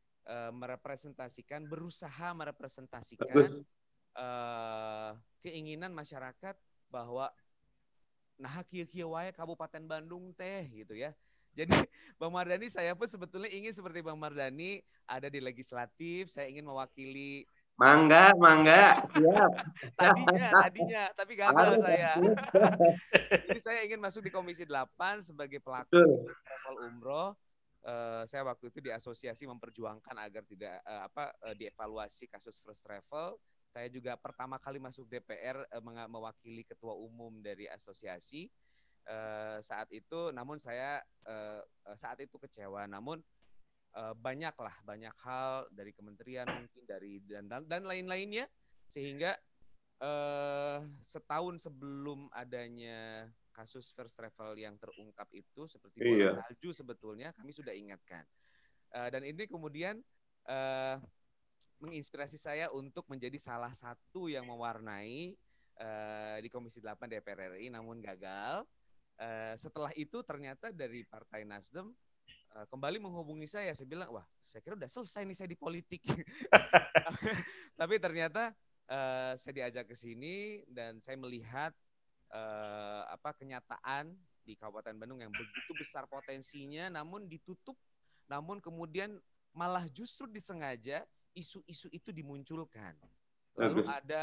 berusaha merepresentasikan keinginan masyarakat bahwa nah kieu-kieu wae Kabupaten Bandung teh gitu ya. Jadi Bang Mardhani, saya pun sebetulnya ingin seperti Bang Mardhani ada di legislatif, saya ingin mewakili. Mangga, siap. Tadinya, tapi gagal saya. Jadi saya ingin masuk di Komisi 8 sebagai pelaku travel umroh. Saya waktu itu di asosiasi memperjuangkan agar tidak dievaluasi kasus first travel. Saya juga pertama kali masuk DPR mewakili ketua umum dari asosiasi saat itu. Namun saya saat itu kecewa. Namun banyak hal dari kementerian mungkin dan lain-lainnya, sehingga setahun sebelum adanya kasus first travel yang terungkap itu seperti bola salju, sebetulnya kami sudah ingatkan, dan ini kemudian menginspirasi saya untuk menjadi salah satu yang mewarnai di Komisi 8 DPR RI, namun gagal. Setelah itu ternyata dari Partai Nasdem kembali menghubungi saya bilang, wah saya kira udah selesai nih saya di politik. Tapi ternyata saya diajak ke sini dan saya melihat kenyataan di Kabupaten Bandung yang begitu besar potensinya, namun ditutup, namun kemudian malah justru disengaja isu-isu itu dimunculkan. Lalu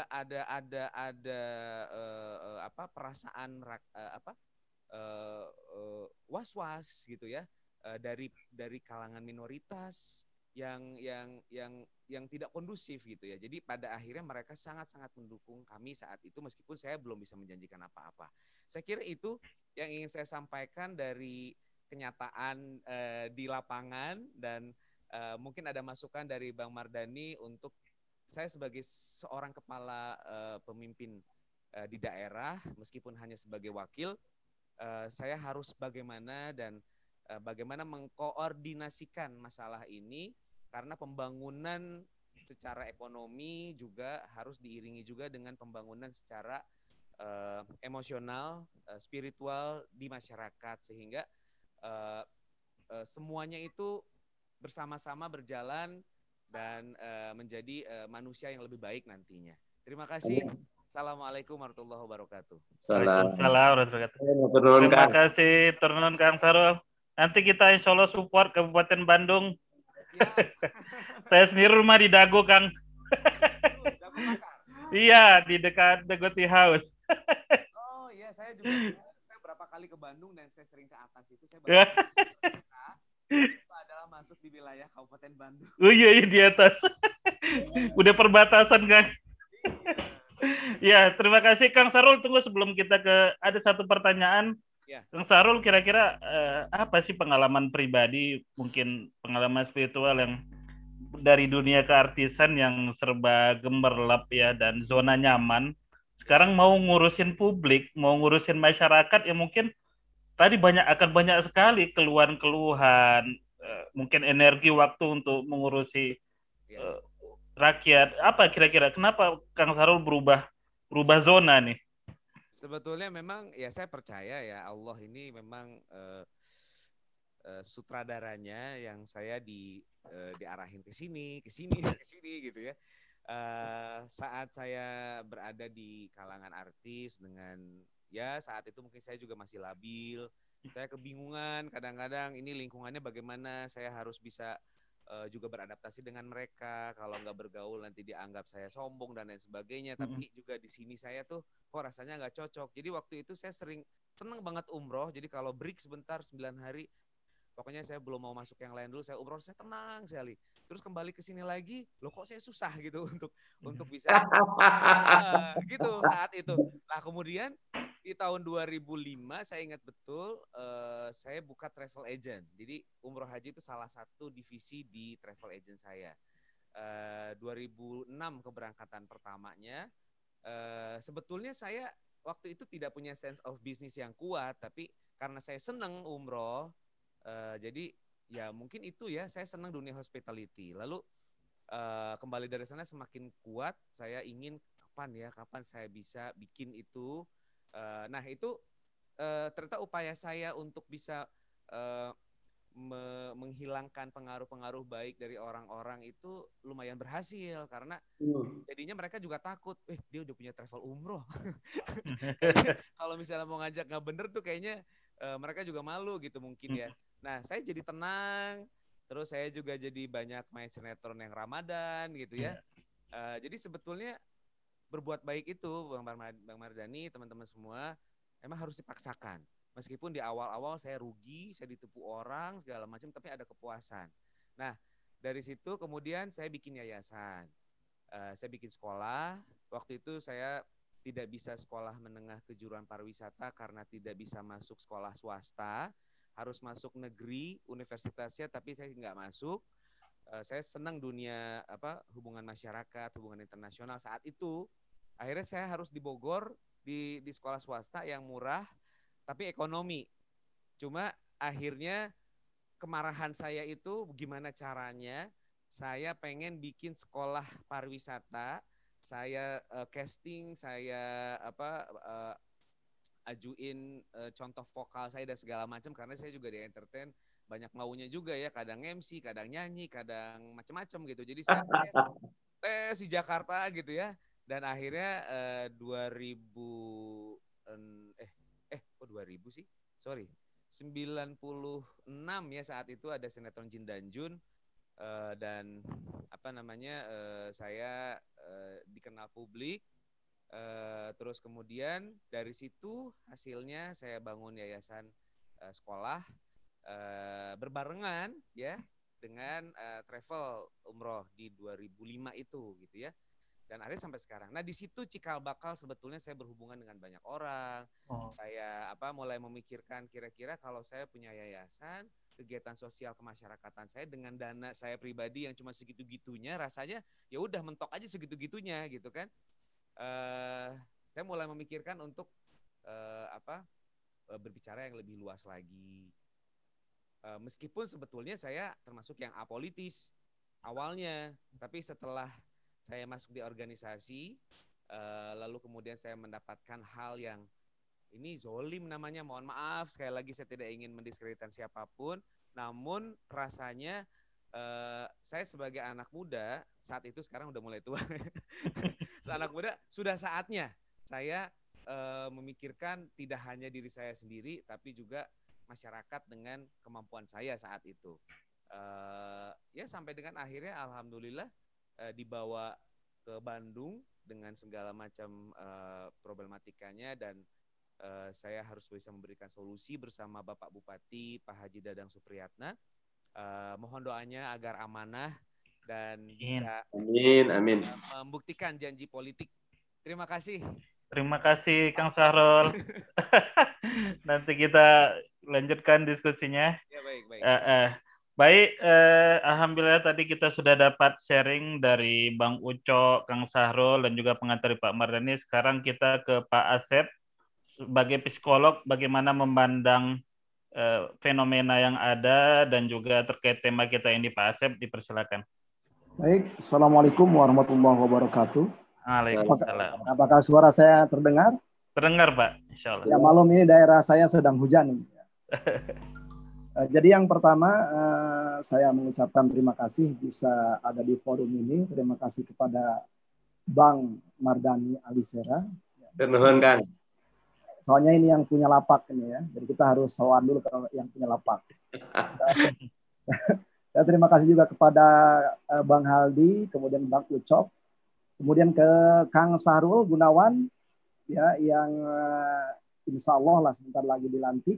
ada perasaan was-was gitu ya. Dari kalangan minoritas yang tidak kondusif gitu ya. Jadi pada akhirnya mereka sangat-sangat mendukung kami saat itu meskipun saya belum bisa menjanjikan apa-apa. Saya kira itu yang ingin saya sampaikan dari kenyataan di lapangan dan mungkin ada masukan dari Bang Mardhani untuk saya sebagai seorang kepala pemimpin di daerah meskipun hanya sebagai wakil, saya harus bagaimana dan bagaimana mengkoordinasikan masalah ini karena pembangunan secara ekonomi juga harus diiringi juga dengan pembangunan secara emosional, spiritual di masyarakat sehingga semuanya itu bersama-sama berjalan dan menjadi manusia yang lebih baik nantinya. Terima kasih. Assalamualaikum warahmatullahi wabarakatuh. Waalaikumsalam warahmatullahi wabarakatuh. Terima kasih turun Kang Sarul. Nanti kita insya Allah support Kabupaten Bandung. Ya. Saya sendiri rumah di Dago, Kang. Dago Bakar. Iya, di dekat Dago Tea House. Oh iya, saya juga. Saya berapa kali ke Bandung dan saya sering ke atas itu. Saya itu adalah masuk di wilayah Kabupaten Bandung. Oh iya, di atas. Udah perbatasan, Kang. Ya, terima kasih Kang Sarul. Tunggu sebelum kita ada satu pertanyaan. Ya. Kang Sarul, kira-kira apa sih pengalaman pribadi, mungkin pengalaman spiritual yang dari dunia keartisan yang serba gemerlap ya dan zona nyaman, sekarang mau ngurusin publik, mau ngurusin masyarakat ya mungkin tadi akan banyak sekali keluhan-keluhan, mungkin energi waktu untuk mengurusi rakyat. Apa kira-kira kenapa Kang Sarul berubah zona nih? Sebetulnya memang ya saya percaya ya Allah ini memang sutradaranya yang saya diarahin ke sini gitu ya. Saat saya berada di kalangan artis dengan ya saat itu mungkin saya juga masih labil, saya kebingungan kadang-kadang ini lingkungannya bagaimana, saya harus bisa juga beradaptasi dengan mereka. Kalau nggak bergaul nanti dianggap saya sombong dan lain sebagainya. Tapi juga di sini saya tuh kok rasanya nggak cocok. Jadi waktu itu saya seneng banget umroh. Jadi kalau break sebentar 9 hari, pokoknya saya belum mau masuk yang lain dulu. Saya umroh, saya tenang sekali. Terus kembali ke sini lagi, loh kok saya susah gitu untuk bisa gitu saat itu. Nah kemudian di tahun 2005 saya ingat betul saya buka travel agent. Jadi umroh haji itu salah satu divisi di travel agent saya. 2006 keberangkatan pertamanya. Sebetulnya saya waktu itu tidak punya sense of business yang kuat, tapi karena saya senang umroh, jadi ya mungkin itu ya saya senang dunia hospitality. Lalu kembali dari sana semakin kuat, saya ingin kapan saya bisa bikin itu. Nah itu ternyata upaya saya untuk bisa menghilangkan pengaruh-pengaruh baik dari orang-orang itu lumayan berhasil karena jadinya mereka juga takut, dia udah punya travel umroh. Kalau misalnya mau ngajak nggak bener tuh kayaknya mereka juga malu gitu mungkin ya. Nah saya jadi tenang, terus saya juga jadi banyak main sinetron yang Ramadan gitu ya. Jadi sebetulnya berbuat baik itu Bang Mardhani, teman-teman semua emang harus dipaksakan. Meskipun di awal-awal saya rugi, saya ditipu orang segala macam, tapi ada kepuasan. Nah dari situ kemudian saya bikin yayasan, saya bikin sekolah. Waktu itu saya tidak bisa sekolah menengah kejuruan pariwisata karena tidak bisa masuk sekolah swasta, harus masuk negeri universitasnya, tapi saya nggak masuk. Saya senang dunia hubungan masyarakat, hubungan internasional saat itu. Akhirnya saya harus di Bogor di sekolah swasta yang murah tapi ekonomi. Cuma akhirnya kemarahan saya itu gimana caranya saya pengen bikin sekolah pariwisata, saya casting, saya ajuin contoh vokal saya dan segala macam, karena saya juga di entertain banyak maunya juga ya, kadang MC, kadang nyanyi, kadang macam-macam gitu. Jadi saya tes di Jakarta gitu ya. Dan akhirnya 2000 sih? Sorry. 96 ya, saat itu ada sinetron Jin dan Jun, dan saya dikenal publik. Terus kemudian dari situ hasilnya saya bangun yayasan sekolah berbarengan ya dengan travel umroh di 2005 itu gitu ya. Dan akhirnya sampai sekarang. Nah, di situ cikal bakal sebetulnya saya berhubungan dengan banyak orang. Saya mulai memikirkan kira-kira kalau saya punya yayasan, kegiatan sosial kemasyarakatan saya dengan dana saya pribadi yang cuma segitu-gitunya, rasanya ya udah mentok aja segitu-gitunya gitu kan. Saya mulai memikirkan untuk berbicara yang lebih luas lagi. Meskipun sebetulnya saya termasuk yang apolitis awalnya, tapi setelah saya masuk di organisasi, lalu kemudian saya mendapatkan hal yang ini zolim namanya, mohon maaf sekali lagi saya tidak ingin mendiskreditkan siapapun, namun rasanya saya sebagai anak muda saat itu, sekarang udah mulai tua, anak muda sudah saatnya saya memikirkan tidak hanya diri saya sendiri, tapi juga masyarakat dengan kemampuan saya saat itu. Ya sampai dengan akhirnya alhamdulillah dibawa ke Bandung dengan segala macam problematikanya, dan saya harus bisa memberikan solusi bersama Bapak Bupati Pak Haji Dadang Supriyatna. Mohon doanya agar amanah dan bisa Amin. membuktikan janji politik. Terima kasih. Terima kasih Kang Sahrul. Nanti kita lanjutkan diskusinya. Ya, baik. Baik, alhamdulillah tadi kita sudah dapat sharing dari Bang Uco, Kang Sahrul, dan juga pengantar Pak Mardhani. Sekarang kita ke Pak Asep. Sebagai psikolog, bagaimana memandang fenomena yang ada dan juga terkait tema kita ini, Pak Asep, dipersilakan. Baik, Assalamualaikum warahmatullahi wabarakatuh. Waalaikumsalam. Apakah suara saya terdengar? Terdengar, Pak, insya Allah. Ya, malam ini daerah saya sedang hujan. Jadi yang pertama, saya mengucapkan terima kasih bisa ada di forum ini. Terima kasih kepada Bang Mardhani Alisera. Ternuhun, Kang. Soalnya ini yang punya lapak ini ya. Jadi kita harus sowan dulu ke yang punya lapak. Saya terima kasih juga kepada Bang Haldi, kemudian Bang Ucok, kemudian ke Kang Sahrul Gunawan ya, yang insya Allah lah sebentar lagi dilantik.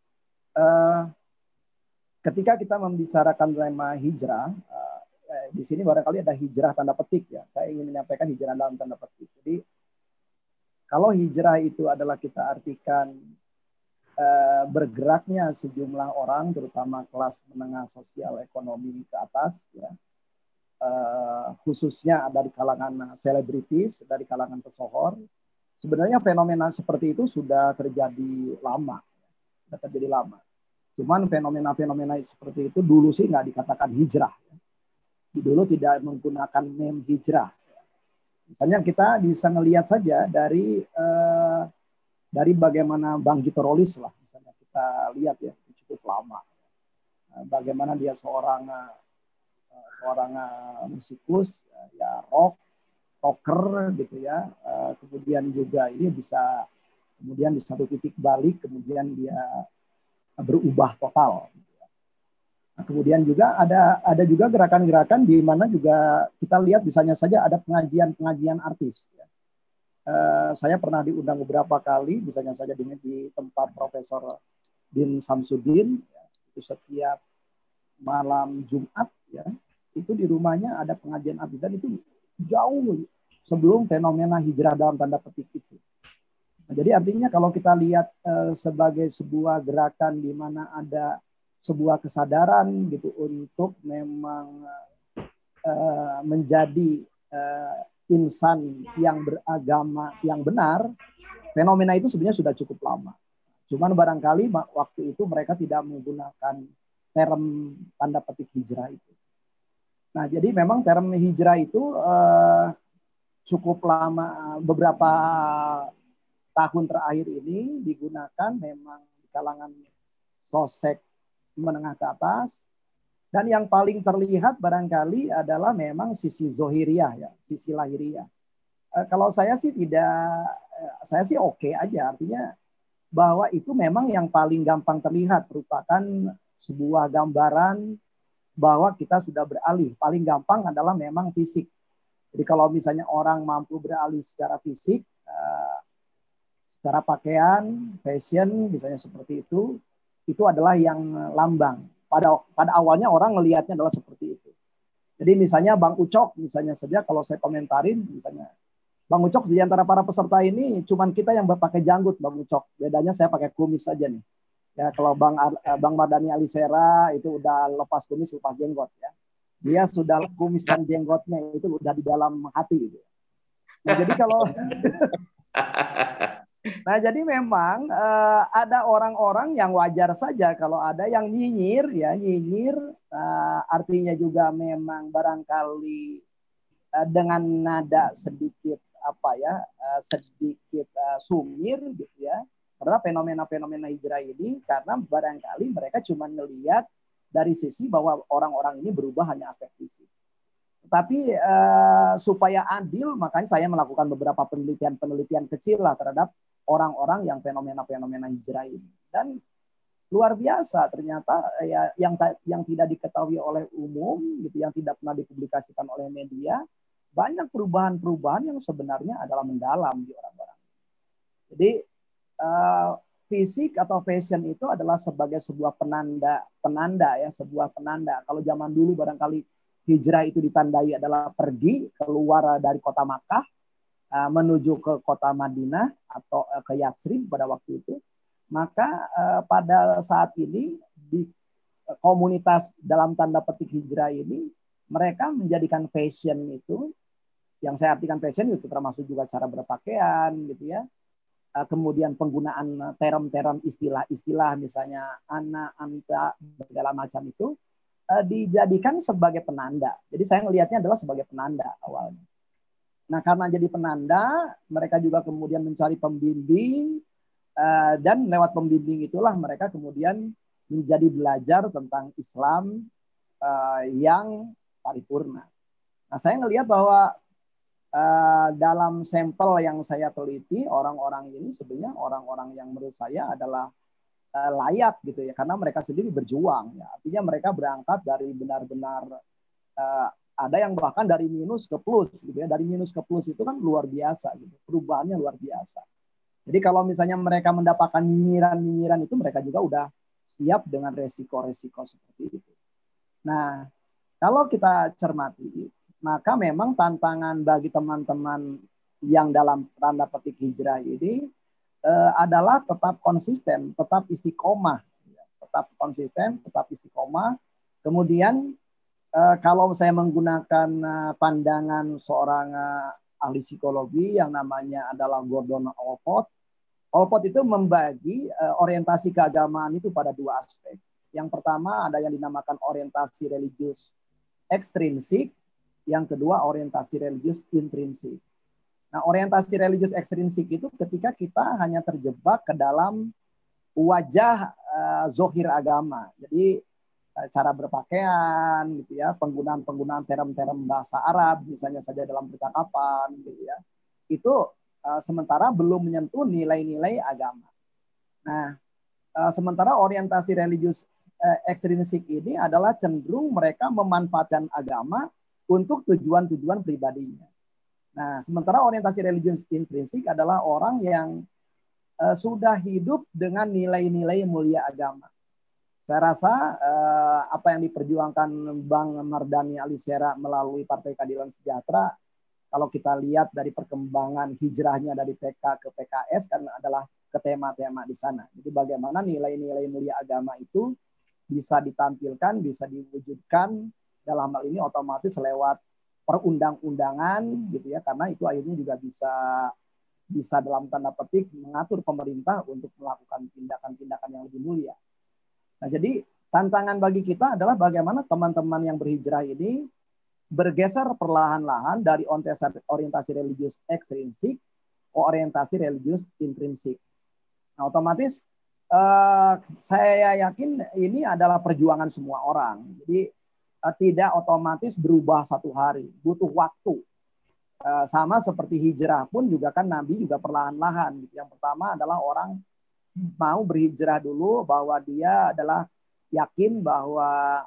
Ketika kita membicarakan tema hijrah, di sini barangkali ada hijrah tanda petik ya. Saya ingin menyampaikan hijrah dalam tanda petik. Jadi kalau hijrah itu adalah kita artikan bergeraknya sejumlah orang, terutama kelas menengah sosial ekonomi ke atas, ya, khususnya dari kalangan selebritis, dari kalangan pesohor. Sebenarnya fenomena seperti itu sudah terjadi lama, Cuman fenomena-fenomena seperti itu dulu sih nggak dikatakan hijrah. Dulu tidak menggunakan meme hijrah. Misalnya kita bisa ngelihat saja dari bagaimana Bang Gito Rolis lah, misalnya kita lihat ya, cukup lama. Bagaimana dia seorang musikus ya, rocker gitu ya. Kemudian juga ini bisa kemudian di satu titik balik kemudian dia berubah total. Nah, kemudian juga ada juga gerakan-gerakan di mana juga kita lihat misalnya saja ada pengajian artis. Ya. Saya pernah diundang beberapa kali, misalnya saja di tempat Profesor Din Samsudin, ya, itu setiap malam Jumat, ya, itu di rumahnya ada pengajian artis, dan itu jauh sebelum fenomena hijrah dalam tanda petik itu. Nah, jadi artinya kalau kita lihat sebagai sebuah gerakan di mana ada sebuah kesadaran gitu untuk memang menjadi insan yang beragama yang benar, fenomena itu sebenarnya sudah cukup lama. Cuman barangkali waktu itu mereka tidak menggunakan term tanda petik hijrah itu. Nah, jadi memang term hijrah itu cukup lama, beberapa tahun terakhir ini digunakan memang di kalangan sosek menengah ke atas, dan yang paling terlihat barangkali adalah memang sisi zohiriah ya, sisi lahiriah. Kalau saya sih saya sih oke aja, artinya bahwa itu memang yang paling gampang terlihat, merupakan sebuah gambaran bahwa kita sudah beralih. Paling gampang adalah memang fisik. Jadi kalau misalnya orang mampu beralih secara fisik, secara pakaian, fashion, misalnya seperti itu adalah yang lambang. Pada awalnya orang melihatnya adalah seperti itu. Jadi misalnya Bang Ucok, misalnya saja kalau saya komentarin, misalnya Bang Ucok di antara para peserta ini cuman kita yang pakai janggut, Bang Ucok. Bedanya saya pakai kumis saja nih. Ya kalau Bang Mardhani Alisera itu udah lepas kumis, lepas jenggot ya. Dia sudah kumis dan jenggotnya itu udah di dalam hati gitu. Nah, jadi kalau Nah, jadi memang ada orang-orang yang wajar saja kalau ada yang nyinyir ya, artinya juga memang barangkali dengan nada sedikit sedikit sumir gitu ya. Karena fenomena-fenomena hijrah ini karena barangkali mereka cuma melihat dari sisi bahwa orang-orang ini berubah hanya aspek fisik. Tapi supaya adil, makanya saya melakukan beberapa penelitian kecil lah terhadap orang-orang yang fenomena-fenomena hijrah ini. Dan luar biasa ternyata ya yang tidak diketahui oleh umum gitu, yang tidak pernah dipublikasikan oleh media, banyak perubahan-perubahan yang sebenarnya adalah mendalam di orang-orang. Jadi fisik atau fashion itu adalah sebagai sebuah penanda ya, sebuah penanda. Kalau zaman dulu barangkali hijrah itu ditandai adalah pergi keluar dari kota Makkah menuju ke kota Madinah atau ke Yatsrib pada waktu itu, maka pada saat ini di komunitas dalam tanda petik hijrah ini mereka menjadikan fashion itu, yang saya artikan fashion itu termasuk juga cara berpakaian gitu ya, kemudian penggunaan term-term istilah-istilah misalnya ana, anta, segala macam itu dijadikan sebagai penanda. Jadi saya melihatnya adalah sebagai penanda awalnya. Nah, karena jadi penanda, mereka juga kemudian mencari pembimbing, dan lewat pembimbing itulah mereka kemudian menjadi belajar tentang Islam yang paripurna. Nah, saya melihat bahwa dalam sampel yang saya teliti, orang-orang ini sebenarnya orang-orang yang menurut saya adalah layak gitu ya, karena mereka sendiri berjuang ya. Artinya mereka berangkat dari benar-benar ada yang bahkan dari minus ke plus gitu ya. Dari minus ke plus itu kan luar biasa gitu. Perubahannya luar biasa. Jadi kalau misalnya mereka mendapatkan nyinyiran-nyinyiran itu, mereka juga udah siap dengan resiko-resiko seperti itu. Nah, kalau kita cermati, maka memang tantangan bagi teman-teman yang dalam tanda petik hijrah ini adalah tetap konsisten, tetap istiqomah. Tetap konsisten, tetap istiqomah. Kemudian kalau saya menggunakan pandangan seorang ahli psikologi yang namanya adalah Gordon Allport. Allport itu membagi orientasi keagamaan itu pada dua aspek. Yang pertama ada yang dinamakan orientasi religius ekstrinsik, yang kedua orientasi religius intrinsik. Nah, orientasi religius ekstrinsik itu ketika kita hanya terjebak ke dalam wajah zohir agama. Jadi cara berpakaian gitu ya, penggunaan term-term bahasa Arab misalnya saja dalam percakapan gitu ya. Itu sementara belum menyentuh nilai-nilai agama. Nah, sementara orientasi religius ekstrinsik ini adalah cenderung mereka memanfaatkan agama untuk tujuan-tujuan pribadinya. Nah, sementara orientasi religius intrinsik adalah orang yang sudah hidup dengan nilai-nilai mulia agama. Saya rasa apa yang diperjuangkan Bang Mardhani Alisera melalui Partai Keadilan Sejahtera, kalau kita lihat dari perkembangan hijrahnya dari PK ke PKS kan adalah ke tema-tema di sana. Jadi bagaimana nilai-nilai mulia agama itu bisa ditampilkan, bisa diwujudkan dalam hal ini otomatis lewat perundang-undangan gitu ya, karena itu akhirnya juga bisa dalam tanda petik mengatur pemerintah untuk melakukan tindakan-tindakan yang lebih mulia. Nah, jadi tantangan bagi kita adalah bagaimana teman-teman yang berhijrah ini bergeser perlahan-lahan dari orientasi religius ekstrinsik, orientasi religius intrinsik. Nah, otomatis saya yakin ini adalah perjuangan semua orang. Jadi tidak otomatis berubah satu hari, butuh waktu. Sama seperti hijrah pun juga kan Nabi juga perlahan-lahan. Yang pertama adalah orang mau berhijrah dulu, bahwa dia adalah yakin bahwa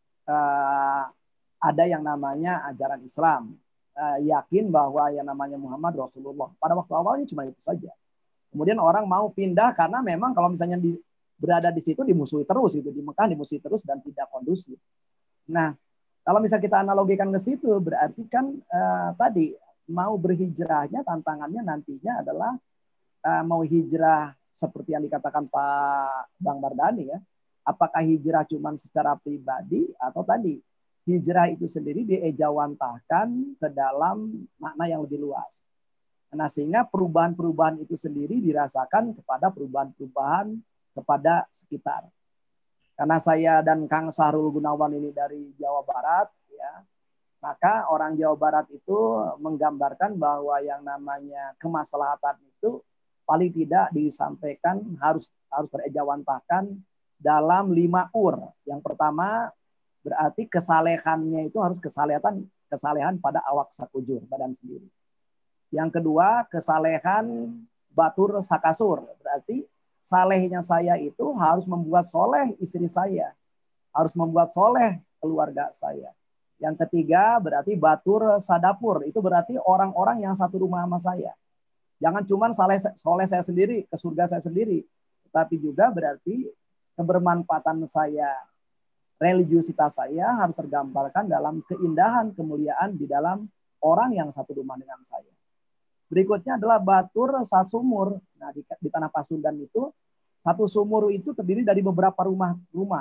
ada yang namanya ajaran Islam, yakin bahwa yang namanya Muhammad Rasulullah. Pada waktu awalnya cuma itu saja. Kemudian orang mau pindah karena memang kalau misalnya berada di situ dimusuhi terus, itu di Mekah dimusuhi terus dan tidak kondusif. Nah, kalau misalnya kita analogikan ke situ, berarti kan tadi mau berhijrahnya, tantangannya nantinya adalah mau hijrah seperti yang dikatakan Pak Bang Mardhani ya. Apakah hijrah cuma secara pribadi atau tadi hijrah itu sendiri diejawantahkan ke dalam makna yang lebih luas. Nah, sehingga perubahan-perubahan itu sendiri dirasakan kepada perubahan-perubahan kepada sekitar. Karena saya dan Kang Sahrul Gunawan ini dari Jawa Barat ya, maka orang Jawa Barat itu menggambarkan bahwa yang namanya kemaslahatan itu paling tidak disampaikan harus terejawantahkan dalam 5 ur. Yang pertama berarti kesalehannya itu harus kesalehan pada awak sakujur, badan sendiri. Yang kedua kesalehan batur sakasur, berarti salehnya saya itu harus membuat soleh istri saya, harus membuat soleh keluarga saya. Yang ketiga berarti batur sadapur, itu berarti orang-orang yang satu rumah sama saya. Jangan cuma soleh saya sendiri, ke surga saya sendiri, tapi juga berarti kebermanfaatan saya, religiusitas saya harus tergambarkan dalam keindahan, kemuliaan di dalam orang yang satu rumah dengan saya. Berikutnya adalah batur sasumur. Nah, di Tanah Pasundan itu satu sumur itu terdiri dari beberapa rumah.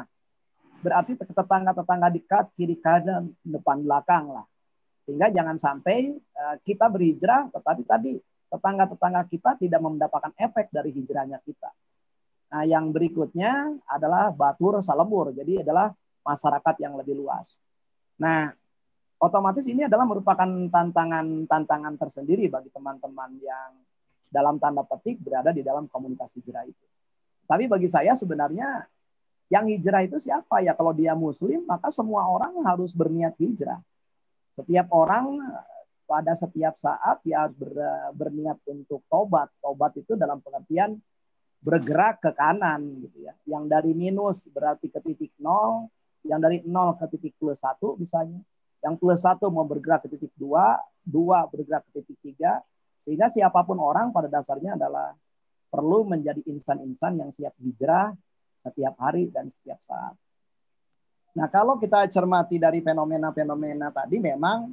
Berarti tetangga-tetangga dekat, kiri kanan, depan belakang lah. Sehingga jangan sampai kita berhijrah, tetapi tadi tetangga-tetangga kita tidak mendapatkan efek dari hijrahnya kita. Nah, yang berikutnya adalah batur salemur. Jadi adalah masyarakat yang lebih luas. Nah, otomatis ini adalah merupakan tantangan tersendiri bagi teman-teman yang dalam tanda petik berada di dalam komunitas hijrah itu. Tapi bagi saya sebenarnya yang hijrah itu siapa ya? Kalau dia muslim, maka semua orang harus berniat hijrah. Setiap orang pada setiap saat dia harus berniat untuk tobat. Tobat itu dalam pengertian bergerak ke kanan gitu ya. Yang dari minus berarti ke titik 0, yang dari 0 ke titik plus 1 misalnya. Yang plus 1 mau bergerak ke titik 2, 2 bergerak ke titik 3, sehingga siapapun orang pada dasarnya adalah perlu menjadi insan-insan yang siap hijrah setiap hari dan setiap saat. Nah, kalau kita cermati dari fenomena-fenomena tadi, memang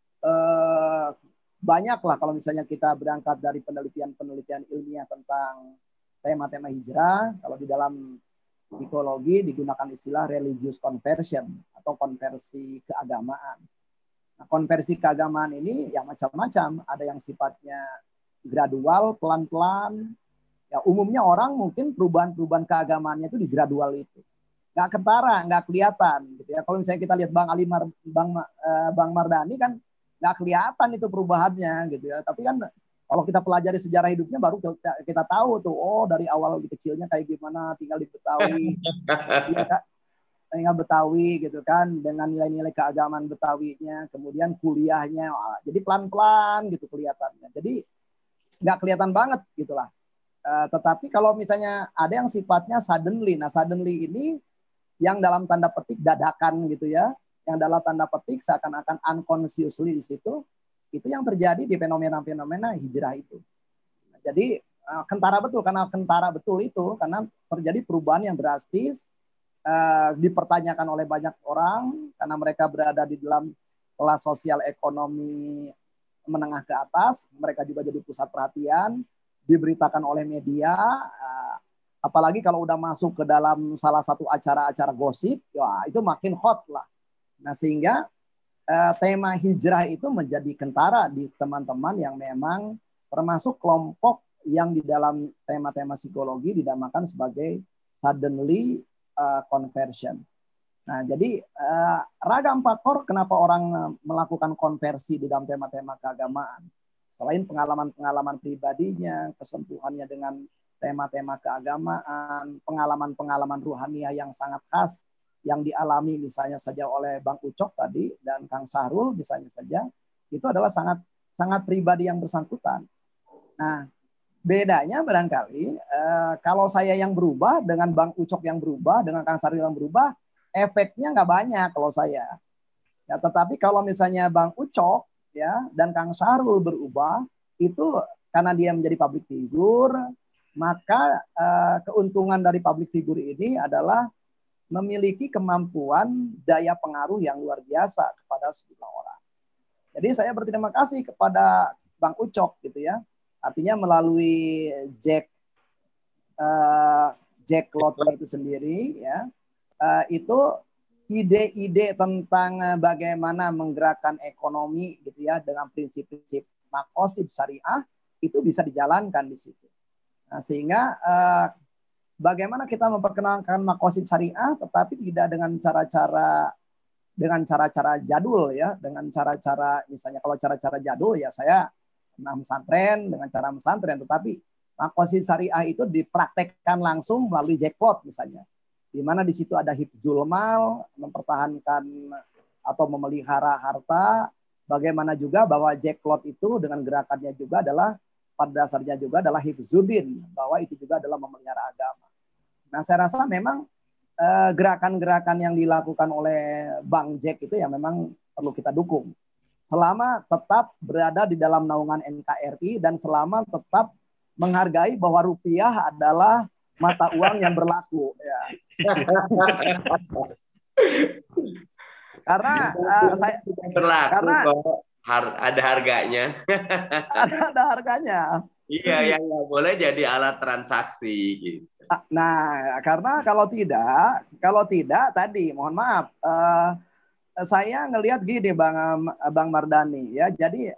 banyaklah kalau misalnya kita berangkat dari penelitian-penelitian ilmiah tentang tema-tema hijrah. Kalau di dalam psikologi digunakan istilah religious conversion atau konversi keagamaan. Nah, konversi keagamaan ini ya macam-macam. Ada yang sifatnya gradual, pelan-pelan. Ya umumnya orang mungkin perubahan-perubahan keagamaannya itu di gradual itu. Nggak ketara, nggak kelihatan. Gitu ya. Kalau misalnya kita lihat Bang Mardhani kan nggak kelihatan itu perubahannya gitu ya. Tapi kan kalau kita pelajari sejarah hidupnya baru kita tahu tuh, oh dari awal di kecilnya kayak gimana, tinggal di Betawi, ya Kak, tinggal Betawi gitu kan, dengan nilai-nilai keagamaan Betawinya, kemudian kuliahnya, jadi pelan-pelan gitu kelihatannya. Jadi nggak kelihatan banget gitulah. Tetapi kalau misalnya ada yang sifatnya suddenly, nah suddenly ini yang dalam tanda petik dadakan gitu ya, yang dalam tanda petik seakan-akan unconsciously di situ. Itu yang terjadi di fenomena-fenomena hijrah itu. Jadi kentara betul, karena kentara betul itu karena terjadi perubahan yang drastis, dipertanyakan oleh banyak orang karena mereka berada di dalam kelas sosial ekonomi menengah ke atas, mereka juga jadi pusat perhatian, diberitakan oleh media, apalagi kalau udah masuk ke dalam salah satu acara-acara gosip, ya itu makin hot lah. Nah, sehingga tema hijrah itu menjadi kentara di teman-teman yang memang termasuk kelompok yang di dalam tema-tema psikologi dinamakan sebagai suddenly conversion. Nah, jadi ragam faktor kenapa orang melakukan konversi di dalam tema-tema keagamaan. Selain pengalaman-pengalaman pribadinya, kesentuhannya dengan tema-tema keagamaan, pengalaman-pengalaman ruhaniah yang sangat khas yang dialami misalnya saja oleh Bang Ucok tadi dan Kang Sahrul misalnya saja, itu adalah sangat sangat pribadi yang bersangkutan. Nah, bedanya barangkali kalau saya yang berubah dengan Bang Ucok yang berubah, dengan Kang Sahrul yang berubah, efeknya nggak banyak kalau saya. Ya, tetapi kalau misalnya Bang Ucok ya dan Kang Sahrul berubah, itu karena dia menjadi public figure, maka keuntungan dari public figure ini adalah memiliki kemampuan daya pengaruh yang luar biasa kepada sejumlah orang. Jadi saya berterima kasih kepada Bang Ucok gitu ya. Artinya melalui Jack Lot itu sendiri ya, itu ide-ide tentang bagaimana menggerakkan ekonomi gitu ya dengan prinsip-prinsip maqasid syariah itu bisa dijalankan di situ. Nah, sehingga bagaimana kita memperkenalkan maqasid syariah tetapi tidak dengan cara-cara jadul ya, dengan cara-cara misalnya kalau cara-cara jadul ya saya pernah pesantren dengan cara pesantren, tetapi maqasid syariah itu dipraktekkan langsung melalui Jack Lot misalnya, di mana di situ ada hifzul mal, mempertahankan atau memelihara harta. Bagaimana juga bahwa Jack Lot itu dengan gerakannya juga adalah pada dasarnya juga adalah hifzuddin, bahwa itu juga adalah memelihara agama. Nah, saya rasa memang gerakan-gerakan yang dilakukan oleh Bang Jack itu ya memang perlu kita dukung. Selama tetap berada di dalam naungan NKRI dan selama tetap menghargai bahwa rupiah adalah mata uang yang berlaku. Ya. Karena saya berlaku karena kok ada harganya. ada harganya. Iya, yang nggak boleh jadi alat transaksi gitu. Nah, karena kalau tidak tadi, mohon maaf, saya ngelihat gini Bang Mardani ya. Jadi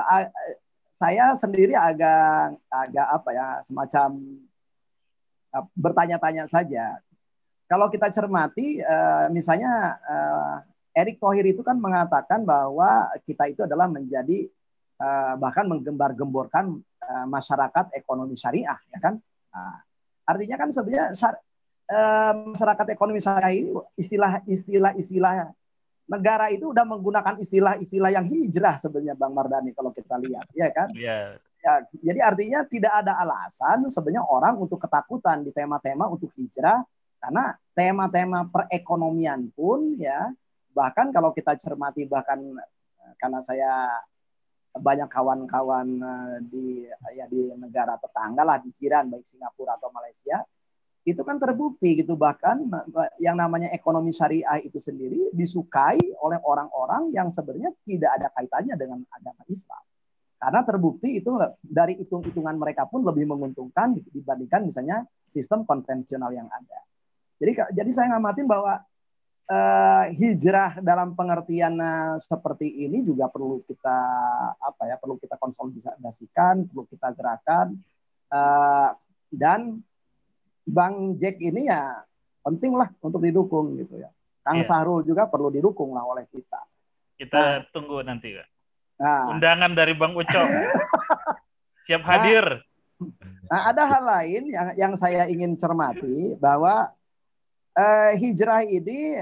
saya sendiri agak apa ya, semacam bertanya-tanya saja. Kalau kita cermati, misalnya Erick Thohir itu kan mengatakan bahwa kita itu adalah menjadi bahkan menggembar-gemborkan masyarakat ekonomi syariah, ya kan? Nah, artinya kan sebenarnya masyarakat ekonomi syariah ini istilah negara itu udah menggunakan istilah-istilah yang hijrah sebenarnya Bang Mardani kalau kita lihat, ya kan? Yeah. Ya, jadi artinya tidak ada alasan sebenarnya orang untuk ketakutan di tema-tema untuk hijrah, karena tema-tema perekonomian pun ya, bahkan kalau kita cermati, bahkan karena saya banyak kawan-kawan di negara tetangga lah, di jiran baik Singapura atau Malaysia, itu kan terbukti gitu, bahkan yang namanya ekonomi syariah itu sendiri disukai oleh orang-orang yang sebenarnya tidak ada kaitannya dengan agama Islam. Karena terbukti itu dari hitung-hitungan mereka pun lebih menguntungkan dibandingkan misalnya sistem konvensional yang ada. Jadi saya ngamatin bahwa hijrah dalam pengertian seperti ini juga perlu kita konsolidasikan, perlu kita gerakan, dan Bang Jack ini ya penting lah untuk didukung gitu ya. Kang Sahrul juga perlu didukung lah oleh kita. Kita tunggu nanti, Kak. Nah, undangan dari Bang Ucok. Siap hadir. Nah, ada hal lain yang saya ingin cermati, bahwa hijrah ini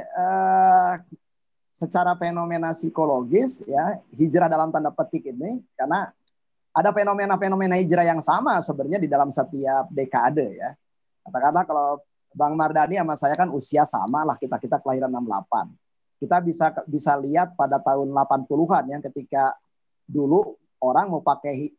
secara fenomena psikologis ya, hijrah dalam tanda petik ini, karena ada fenomena-fenomena hijrah yang sama sebenarnya di dalam setiap dekade ya. Katakanlah kalau Bang Mardani sama saya kan usia sama lah, kita kelahiran 68. Kita bisa lihat pada tahun 80-an ya, ketika dulu orang mau pakai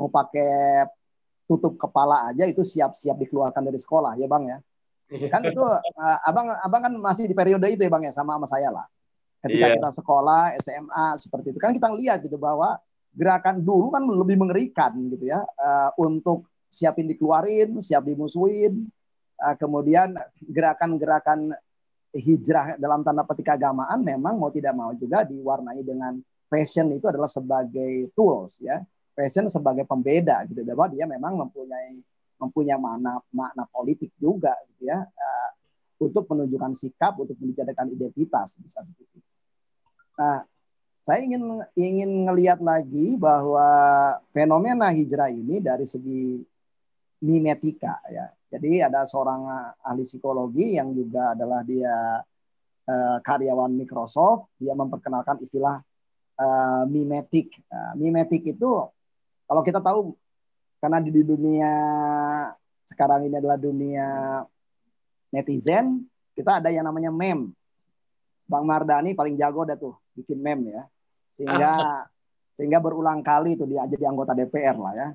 tutup kepala aja itu siap-siap dikeluarkan dari sekolah ya Bang ya. Kan itu abang kan masih di periode itu ya Bang ya, sama saya lah. Ketika kita sekolah SMA seperti itu kan kita lihat gitu bahwa gerakan dulu kan lebih mengerikan gitu ya, untuk siapin dikeluarin, siap dimusuhin. Kemudian gerakan-gerakan hijrah dalam tanda petik keagamaan memang mau tidak mau juga diwarnai dengan fashion itu adalah sebagai tools ya, fashion sebagai pembeda gitu, bahwa dia memang mempunyai makna politik juga gitu ya, untuk menunjukkan sikap, untuk menjadikan identitas bisa begitu. Nah, saya ingin ngelihat lagi bahwa fenomena hijrah ini dari segi mimetika ya. Jadi ada seorang ahli psikologi yang juga adalah dia karyawan Microsoft, dia memperkenalkan istilah mimetik. Mimetik itu kalau kita tahu karena di dunia sekarang ini adalah dunia netizen, kita ada yang namanya meme. Bang Mardhani paling jago dah tuh bikin meme ya. Sehingga berulang kali itu dia jadi anggota DPR lah ya.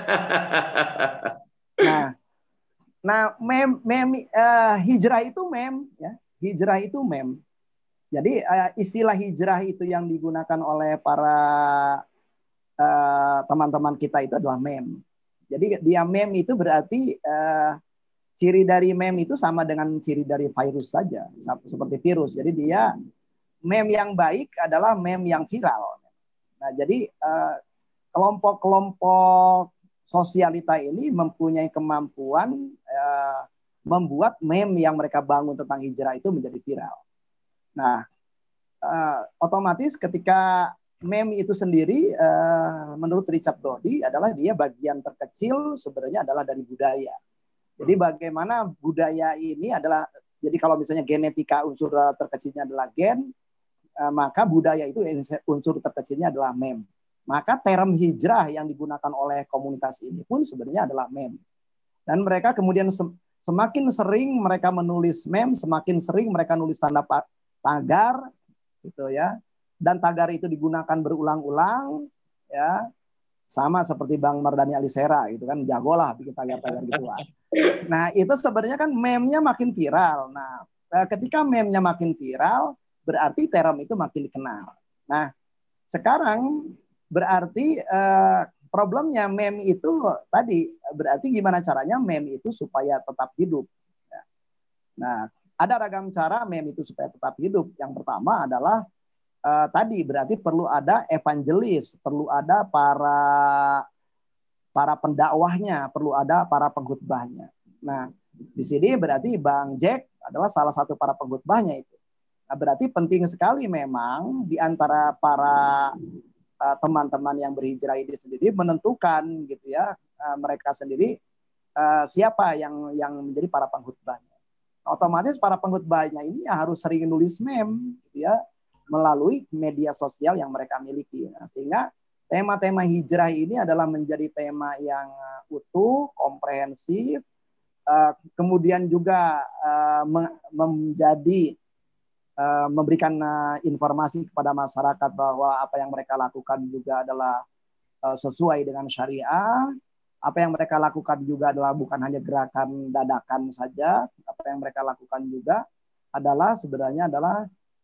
Nah, hijrah itu meme ya. Hijrah itu meme. Jadi istilah hijrah itu yang digunakan oleh para teman-teman kita itu adalah meme. Jadi dia meme itu berarti ciri dari meme itu sama dengan ciri dari virus saja, seperti virus. Jadi dia meme yang baik adalah meme yang viral. Nah, jadi kelompok-kelompok sosialita ini mempunyai kemampuan membuat meme yang mereka bangun tentang hijrah itu menjadi viral. Nah, otomatis ketika meme itu sendiri, menurut Richard Doty adalah dia bagian terkecil sebenarnya adalah dari budaya. Jadi bagaimana budaya ini adalah, jadi kalau misalnya genetika unsur terkecilnya adalah gen, maka budaya itu unsur terkecilnya adalah meme. Maka term hijrah yang digunakan oleh komunitas ini pun sebenarnya adalah meme. Dan mereka kemudian semakin sering mereka menulis meme, semakin sering mereka nulis tanda tagar, gitu ya. Dan tagar itu digunakan berulang-ulang, ya. Sama seperti Bang Mardhani Alisera, gitu kan, jagolah bikin tagar-tagar gituan. Nah, itu sebenarnya kan meme-nya makin viral. Nah, ketika meme-nya makin viral, berarti term itu makin dikenal. Nah, sekarang berarti problemnya meme itu tadi, berarti gimana caranya meme itu supaya tetap hidup. Nah, ada ragam cara meme itu supaya tetap hidup. Yang pertama adalah tadi berarti perlu ada evangelis, perlu ada para pendakwahnya, perlu ada para pengkhotbahnya. Nah, di sini berarti Bang Jack adalah salah satu para pengkhotbahnya itu. Nah, berarti penting sekali memang di antara para teman-teman yang berhijrah ini sendiri menentukan gitu ya, mereka sendiri siapa yang menjadi para pengkhotbahnya. Otomatis para pengkhotbahnya ini harus sering nulis meme gitu ya, melalui media sosial yang mereka miliki. Nah, sehingga tema-tema hijrah ini adalah menjadi tema yang utuh, komprehensif, kemudian juga menjadi memberikan informasi kepada masyarakat bahwa apa yang mereka lakukan juga adalah sesuai dengan syariah. Apa yang mereka lakukan juga adalah bukan hanya gerakan dadakan saja. Apa yang mereka lakukan juga adalah sebenarnya adalah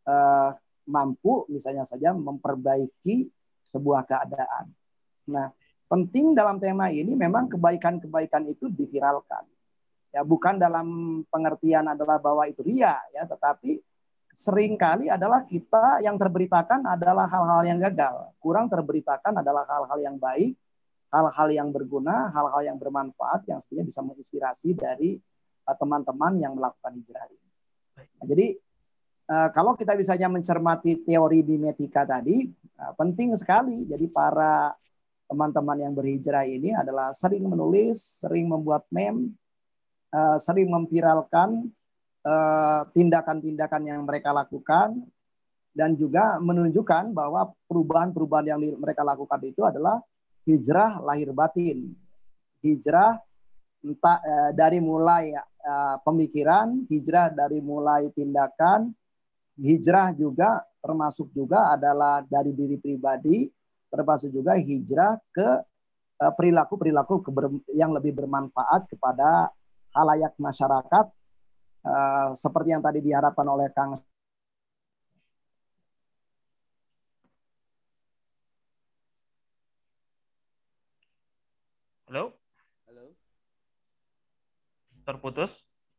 mampu misalnya saja memperbaiki sebuah keadaan. Nah, penting dalam tema ini memang kebaikan-kebaikan itu diviralkan. Ya, bukan dalam pengertian adalah bahwa itu ria ya, tetapi seringkali adalah kita yang terberitakan adalah hal-hal yang gagal. Kurang terberitakan adalah hal-hal yang baik, hal-hal yang berguna, hal-hal yang bermanfaat yang sebenarnya bisa menginspirasi dari teman-teman yang melakukan hijrah ini. Nah, jadi kalau kita bisanya mencermati teori mimetika tadi, penting sekali. Jadi para teman-teman yang berhijrah ini adalah sering menulis, sering membuat meme, sering memviralkan tindakan-tindakan yang mereka lakukan, dan juga menunjukkan bahwa perubahan-perubahan yang mereka lakukan itu adalah hijrah lahir batin. Hijrah entah dari mulai pemikiran, hijrah dari mulai tindakan, hijrah juga termasuk juga adalah dari diri pribadi, termasuk juga hijrah ke perilaku-perilaku yang lebih bermanfaat kepada halayak masyarakat, seperti yang tadi diharapkan oleh Kang. Halo? Halo? Terputus?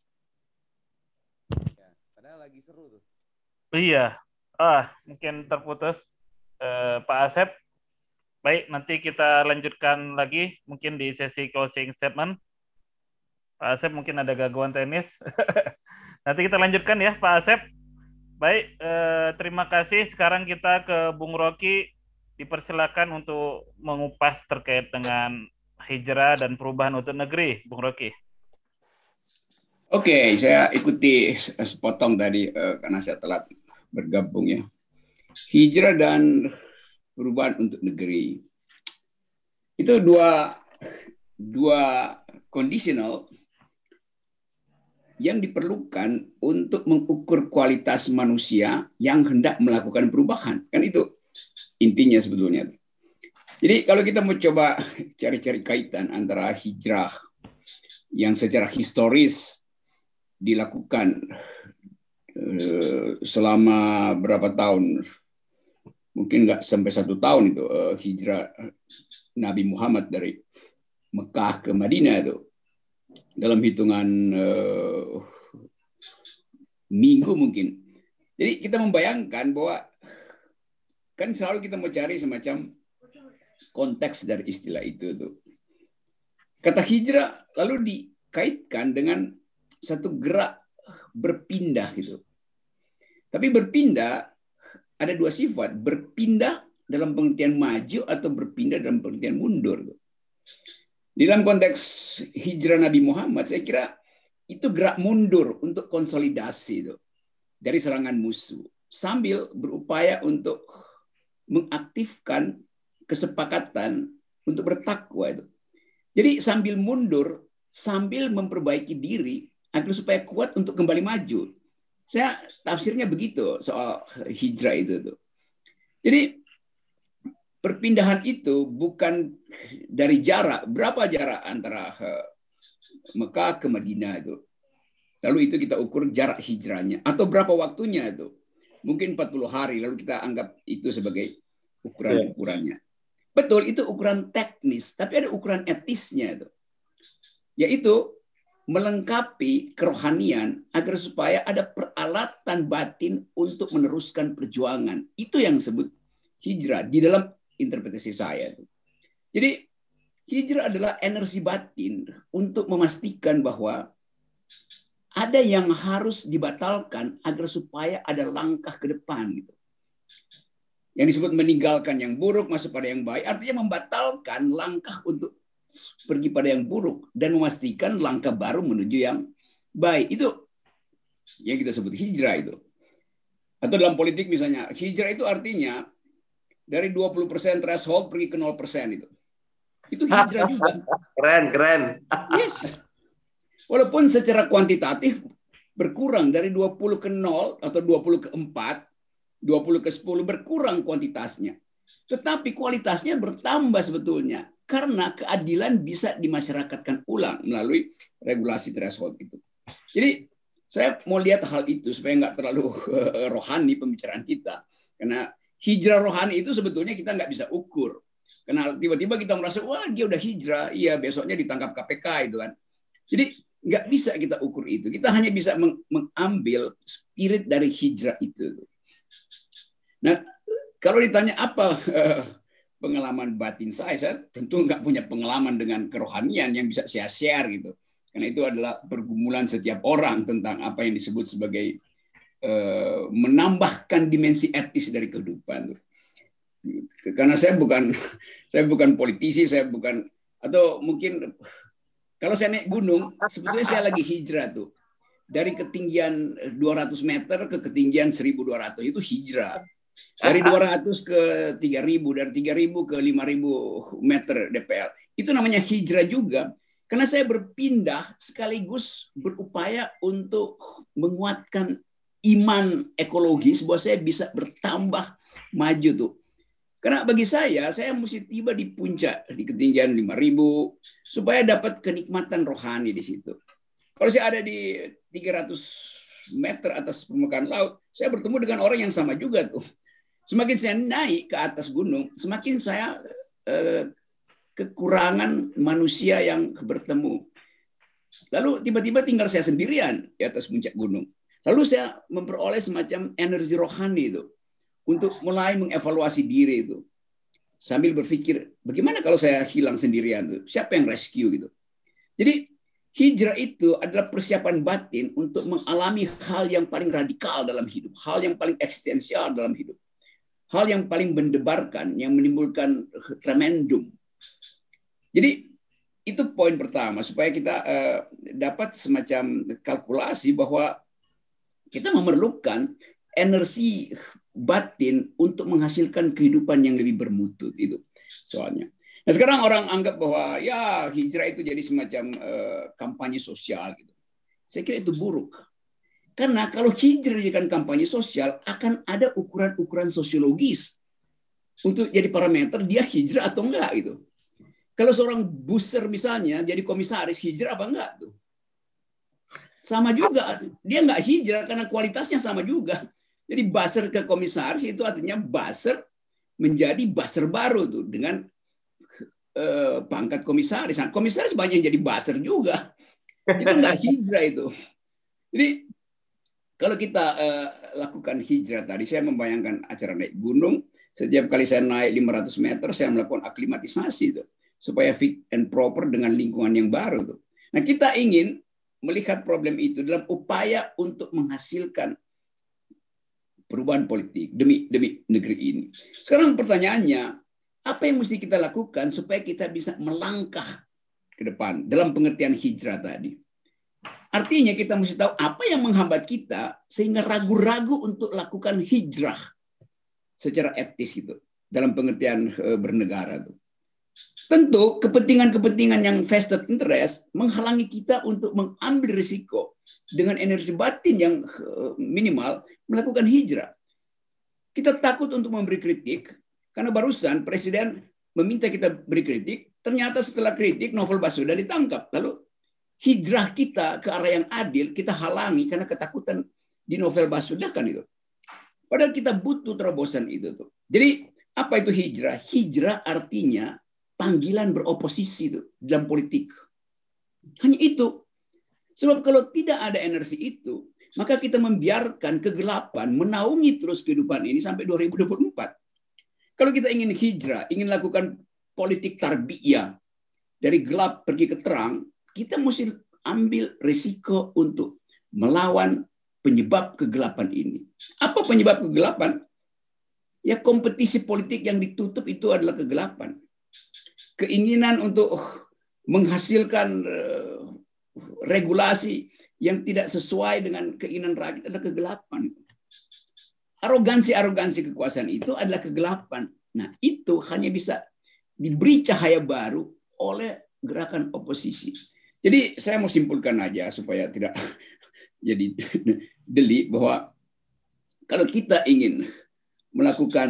Ya, padahal lagi seru tuh. Iya. Mungkin terputus Pak Asep. Baik, nanti kita lanjutkan lagi mungkin di sesi closing statement. Pak Asep mungkin ada gangguan teknis. Nanti kita lanjutkan ya Pak Asep. Baik, terima kasih. Sekarang kita ke Bung Rocky. Dipersilakan untuk mengupas terkait dengan hijrah dan perubahan untuk negeri, Bung Rocky. Oke, saya ikuti sepotong tadi karena saya telat bergabung ya. Hijrah dan perubahan untuk negeri. Itu dua conditional yang diperlukan untuk mengukur kualitas manusia yang hendak melakukan perubahan. Kan itu intinya sebetulnya. Jadi kalau kita mau coba cari-cari kaitan antara hijrah yang secara historis dilakukan selama berapa tahun, mungkin nggak sampai 1 tahun itu hijrah Nabi Muhammad dari Mekah ke Madinah itu dalam hitungan minggu mungkin. Jadi kita membayangkan bahwa kan selalu kita mau cari semacam konteks dari istilah itu tuh. Kata hijrah lalu dikaitkan dengan satu gerak berpindah gitu. Tapi berpindah ada 2 sifat, berpindah dalam pengertian maju atau berpindah dalam pengertian mundur. Di dalam konteks hijrah Nabi Muhammad, saya kira itu gerak mundur untuk konsolidasi itu dari serangan musuh, sambil berupaya untuk mengaktifkan kesepakatan untuk bertakwa itu. Jadi sambil mundur, sambil memperbaiki diri agar supaya kuat untuk kembali maju. Saya tafsirnya begitu soal hijrah itu tuh. Jadi perpindahan itu bukan dari jarak, berapa jarak antara Mekah ke Madinah itu. Lalu itu kita ukur jarak hijrahnya atau berapa waktunya itu. Mungkin 40 hari lalu kita anggap itu sebagai ukuran-ukurannya. Betul, itu ukuran teknis, tapi ada ukuran etisnya itu. Yaitu melengkapi kerohanian agar supaya ada peralatan batin untuk meneruskan perjuangan. Itu yang disebut hijrah di dalam interpretasi saya. Jadi hijrah adalah energi batin untuk memastikan bahwa ada yang harus dibatalkan agar supaya ada langkah ke depan gitu. Yang disebut meninggalkan yang buruk masuk pada yang baik, artinya membatalkan langkah untuk pergi pada yang buruk dan memastikan langkah baru menuju yang baik. Itu yang kita sebut hijrah itu. Atau dalam politik misalnya, hijrah itu artinya dari 20% threshold pergi ke 0% itu. Itu hijrah juga. Keren. Yes. Walaupun secara kuantitatif berkurang dari 20 ke 0 atau 20 ke 4, 20 ke 10 berkurang kuantitasnya. Tetapi kualitasnya bertambah sebetulnya. Karena keadilan bisa dimasyarakatkan ulang melalui regulasi threshold itu. Jadi saya mau lihat hal itu supaya nggak terlalu rohani pembicaraan kita. Karena hijrah rohani itu sebetulnya kita nggak bisa ukur. Karena tiba-tiba kita merasa, wah dia udah hijrah, iya besoknya ditangkap KPK itu kan. Jadi nggak bisa kita ukur itu. Kita hanya bisa mengambil spirit dari hijrah itu. Nah, kalau ditanya apa pengalaman batin saya tentu nggak punya pengalaman dengan kerohanian yang bisa saya share gitu. Karena itu adalah pergumulan setiap orang tentang apa yang disebut sebagai menambahkan dimensi etis dari kehidupan. Karena saya bukan politisi, saya bukan, atau mungkin kalau saya naik gunung, sebetulnya saya lagi hijrah tuh. Dari ketinggian 200 meter ke ketinggian 1.200 itu hijrah. Dari 200 ke 3.000, dari 3.000 ke 5.000 meter DPL. Itu namanya hijrah juga. Karena saya berpindah sekaligus berupaya untuk menguatkan iman ekologis bahwa saya bisa bertambah maju tuh. Karena bagi saya mesti tiba di puncak, di ketinggian 5.000, supaya dapat kenikmatan rohani di situ. Kalau saya ada di 300 meter atas permukaan laut, saya bertemu dengan orang yang sama juga tuh. Semakin saya naik ke atas gunung, semakin saya kekurangan manusia yang bertemu. Lalu tiba-tiba tinggal saya sendirian di atas puncak gunung. Lalu saya memperoleh semacam energi rohani itu untuk mulai mengevaluasi diri itu. Sambil berpikir, bagaimana kalau saya hilang sendirian tuh? Siapa yang rescue gitu? Jadi Hijrah itu adalah persiapan batin untuk mengalami hal yang paling radikal dalam hidup, hal yang paling eksistensial dalam hidup, hal yang paling mendebarkan, yang menimbulkan tremendum. Jadi itu poin pertama, supaya kita dapat semacam kalkulasi bahwa kita memerlukan energi batin untuk menghasilkan kehidupan yang lebih bermutu, itu soalnya. Nah, sekarang orang anggap bahwa ya hijrah itu jadi semacam kampanye sosial gitu. Saya kira itu buruk. Karena kalau hijrah dijadikan kampanye sosial, akan ada ukuran-ukuran sosiologis untuk jadi parameter dia hijrah atau enggak gitu. Kalau seorang buser misalnya jadi komisaris, hijrah apa enggak tuh? Sama juga, dia enggak hijrah karena kualitasnya sama juga. Jadi buzzer ke komisaris itu artinya buzzer menjadi buzzer baru tuh dengan pangkat komisaris. Nah, komisaris banyak yang jadi buzzer juga. Itu enggak hijrah itu. Jadi kalau kita lakukan hijrah tadi, saya membayangkan acara naik gunung. Setiap kali saya naik 500 meter, saya melakukan aklimatisasi itu supaya fit and proper dengan lingkungan yang baru tuh. Nah, kita ingin melihat problem itu dalam upaya untuk menghasilkan perubahan politik demi negeri ini. Sekarang pertanyaannya, apa yang mesti kita lakukan supaya kita bisa melangkah ke depan dalam pengertian hijrah tadi? Artinya kita mesti tahu apa yang menghambat kita sehingga ragu-ragu untuk lakukan hijrah secara etis gitu dalam pengertian bernegara tuh. Tentu kepentingan-kepentingan yang vested interest menghalangi kita untuk mengambil risiko dengan energi batin yang minimal melakukan hijrah. Kita takut untuk memberi kritik karena barusan Presiden meminta kita beri kritik, ternyata setelah kritik Novel Baswedan ditangkap. Lalu hijrah kita ke arah yang adil kita halangi karena ketakutan di Novel Baswedan kan itu. Padahal kita butuh terobosan itu tuh. Jadi apa itu hijrah? Hijrah artinya panggilan beroposisi tuh dalam politik. Hanya itu. Sebab kalau tidak ada energi itu, maka kita membiarkan kegelapan menaungi terus kehidupan ini sampai 2024. Kalau kita ingin hijrah, ingin lakukan politik tarbiyah dari gelap pergi ke terang, kita mesti ambil risiko untuk melawan penyebab kegelapan ini. Apa penyebab kegelapan? Ya kompetisi politik yang ditutup itu adalah kegelapan. Keinginan untuk menghasilkan regulasi yang tidak sesuai dengan keinginan rakyat adalah kegelapan. Arogansi kekuasaan itu adalah kegelapan. Nah, itu hanya bisa diberi cahaya baru oleh gerakan oposisi. Jadi saya mau simpulkan aja supaya tidak jadi delik bahwa kalau kita ingin melakukan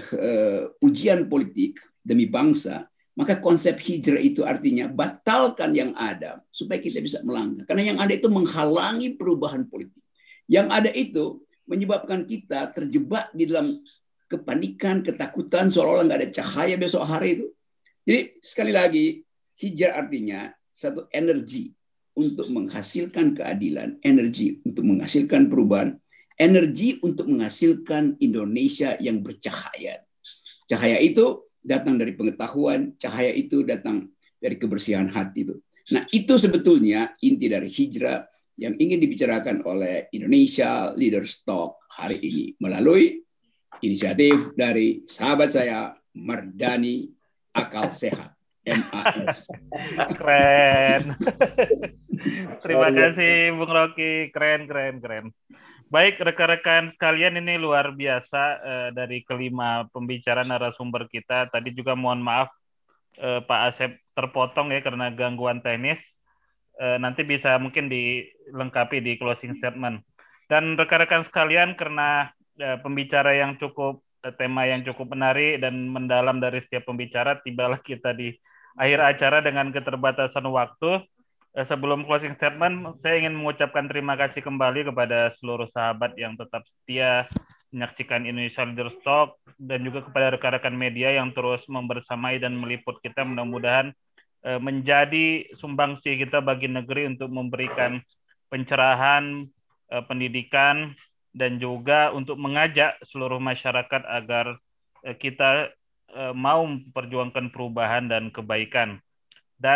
ujian politik demi bangsa, maka konsep hijrah itu artinya batalkan yang ada supaya kita bisa melangkah. Karena yang ada itu menghalangi perubahan politik. Yang ada itu menyebabkan kita terjebak di dalam kepanikan, ketakutan, seolah-olah nggak ada cahaya besok hari itu. Jadi sekali lagi, hijrah artinya satu energi untuk menghasilkan keadilan, energi untuk menghasilkan perubahan, energi untuk menghasilkan Indonesia yang bercahaya. Cahaya itu datang dari pengetahuan, cahaya itu datang dari kebersihan hati itu. Nah, itu sebetulnya inti dari hijrah yang ingin dibicarakan oleh Indonesia Leaders Talk hari ini melalui inisiatif dari sahabat saya Mardani Akal Sehat MAS. Keren. Terima kasih Bung Rocky, keren. Baik rekan-rekan sekalian, ini luar biasa dari kelima pembicara narasumber kita. Tadi juga mohon maaf Pak Asep terpotong ya karena gangguan teknis. Nanti bisa mungkin dilengkapi di closing statement. Dan rekan-rekan sekalian, karena pembicara yang cukup tema yang cukup menarik dan mendalam dari setiap pembicara, tibalah kita di akhir acara dengan keterbatasan waktu. Sebelum closing statement, saya ingin mengucapkan terima kasih kembali kepada seluruh sahabat yang tetap setia menyaksikan Indonesia Leaders Talk dan juga kepada rekan-rekan media yang terus membersamai dan meliput kita. Mudah-mudahan menjadi sumbangsi kita bagi negeri untuk memberikan pencerahan, pendidikan, dan juga untuk mengajak seluruh masyarakat agar kita mau memperjuangkan perubahan dan kebaikan. Dan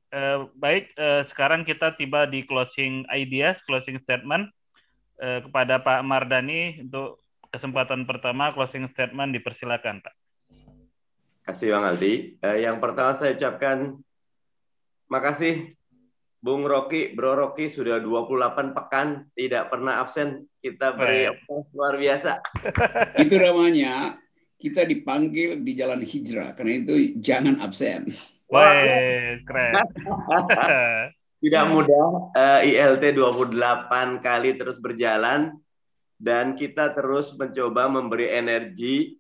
Baik, sekarang kita tiba di closing ideas, closing statement kepada Pak Mardhani untuk kesempatan pertama closing statement dipersilakan, Pak. Terima kasih Bang Aldi. Yang pertama saya ucapkan makasih Bung Rocky, Bro Rocky sudah 28 pekan tidak pernah absen. Kita beri luar biasa. Itu namanya kita dipanggil di jalan hijrah, karena itu jangan absen. Wah, keren. Tidak mudah, ILT 28 kali terus berjalan, dan kita terus mencoba memberi energi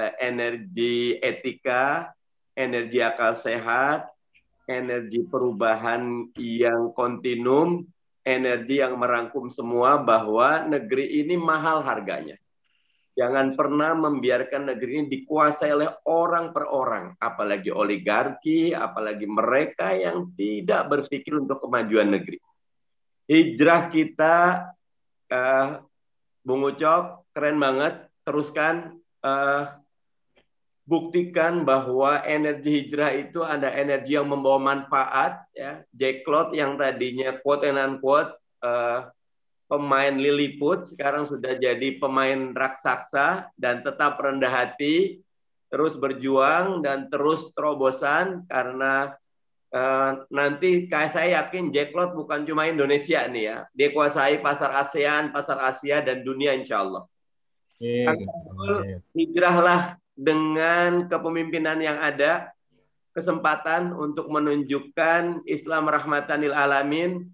etika, energi akal sehat, energi perubahan yang kontinum, energi yang merangkum semua bahwa negeri ini mahal harganya. Jangan pernah membiarkan negeri ini dikuasai oleh orang per orang, apalagi oligarki, apalagi mereka yang tidak berpikir untuk kemajuan negeri. Hijrah kita, Bung Ucok, keren banget. Teruskan, buktikan bahwa energi hijrah itu ada energi yang membawa manfaat. Ya. Jacklot yang tadinya quote and unquote pemain Lilliput sekarang sudah jadi pemain raksasa dan tetap rendah hati, terus berjuang dan terus terobosan karena nanti saya yakin Jacklot bukan cuma Indonesia nih ya, dia kuasai pasar ASEAN, pasar Asia dan dunia insya Allah. Hijrahlah dengan kepemimpinan yang ada, kesempatan untuk menunjukkan Islam rahmatan lil alamin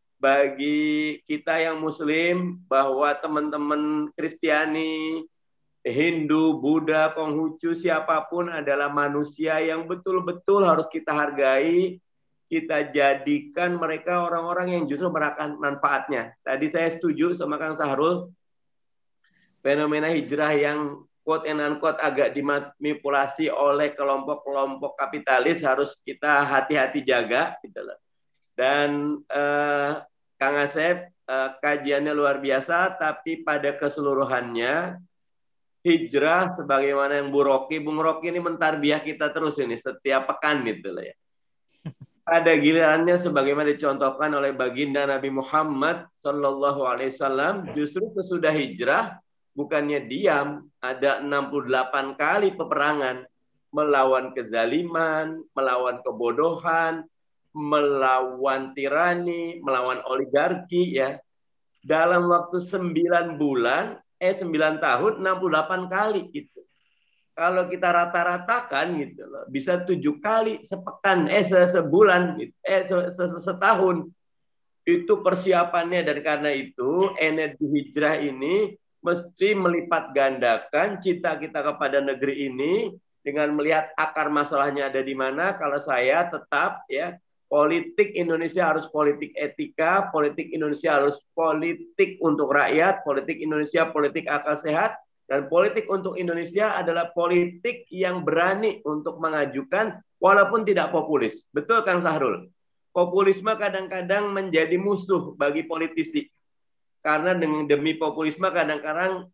bagi kita yang Muslim, bahwa teman-teman Kristiani, Hindu, Buddha, Konghucu, siapapun adalah manusia yang betul-betul harus kita hargai, kita jadikan mereka orang-orang yang justru merasakan manfaatnya. Tadi saya setuju sama Kang Sahrul, fenomena hijrah yang quote and unquote agak dimanipulasi oleh kelompok-kelompok kapitalis harus kita hati-hati jaga, gitu loh. Dan Kang Asep, kajiannya luar biasa, tapi pada keseluruhannya hijrah sebagaimana yang Bung Rocky ini mentarbiah kita terus ini setiap pekan gitu lah ya. Pada gilirannya sebagaimana dicontohkan oleh baginda Nabi Muhammad Sallallahu Alaihi Wasallam, justru sesudah hijrah bukannya diam, ada 68 kali peperangan melawan kezaliman, melawan kebodohan, melawan tirani, melawan oligarki ya. Dalam waktu 9 bulan, 9 tahun 68 kali gitu. Kalau kita rata-ratakan gitu loh, bisa 7 kali sepekan, sebulan gitu, setahun. Itu persiapannya, dan karena itu energi hijrah ini mesti melipat gandakan cita kita kepada negeri ini dengan melihat akar masalahnya ada di mana. Kalau saya tetap ya, politik Indonesia harus politik etika, politik Indonesia harus politik untuk rakyat, politik Indonesia politik akal sehat, dan politik untuk Indonesia adalah politik yang berani untuk mengajukan walaupun tidak populis. Betul Kang Sahrul? Populisme kadang-kadang menjadi musuh bagi politisi. Karena demi populisme kadang-kadang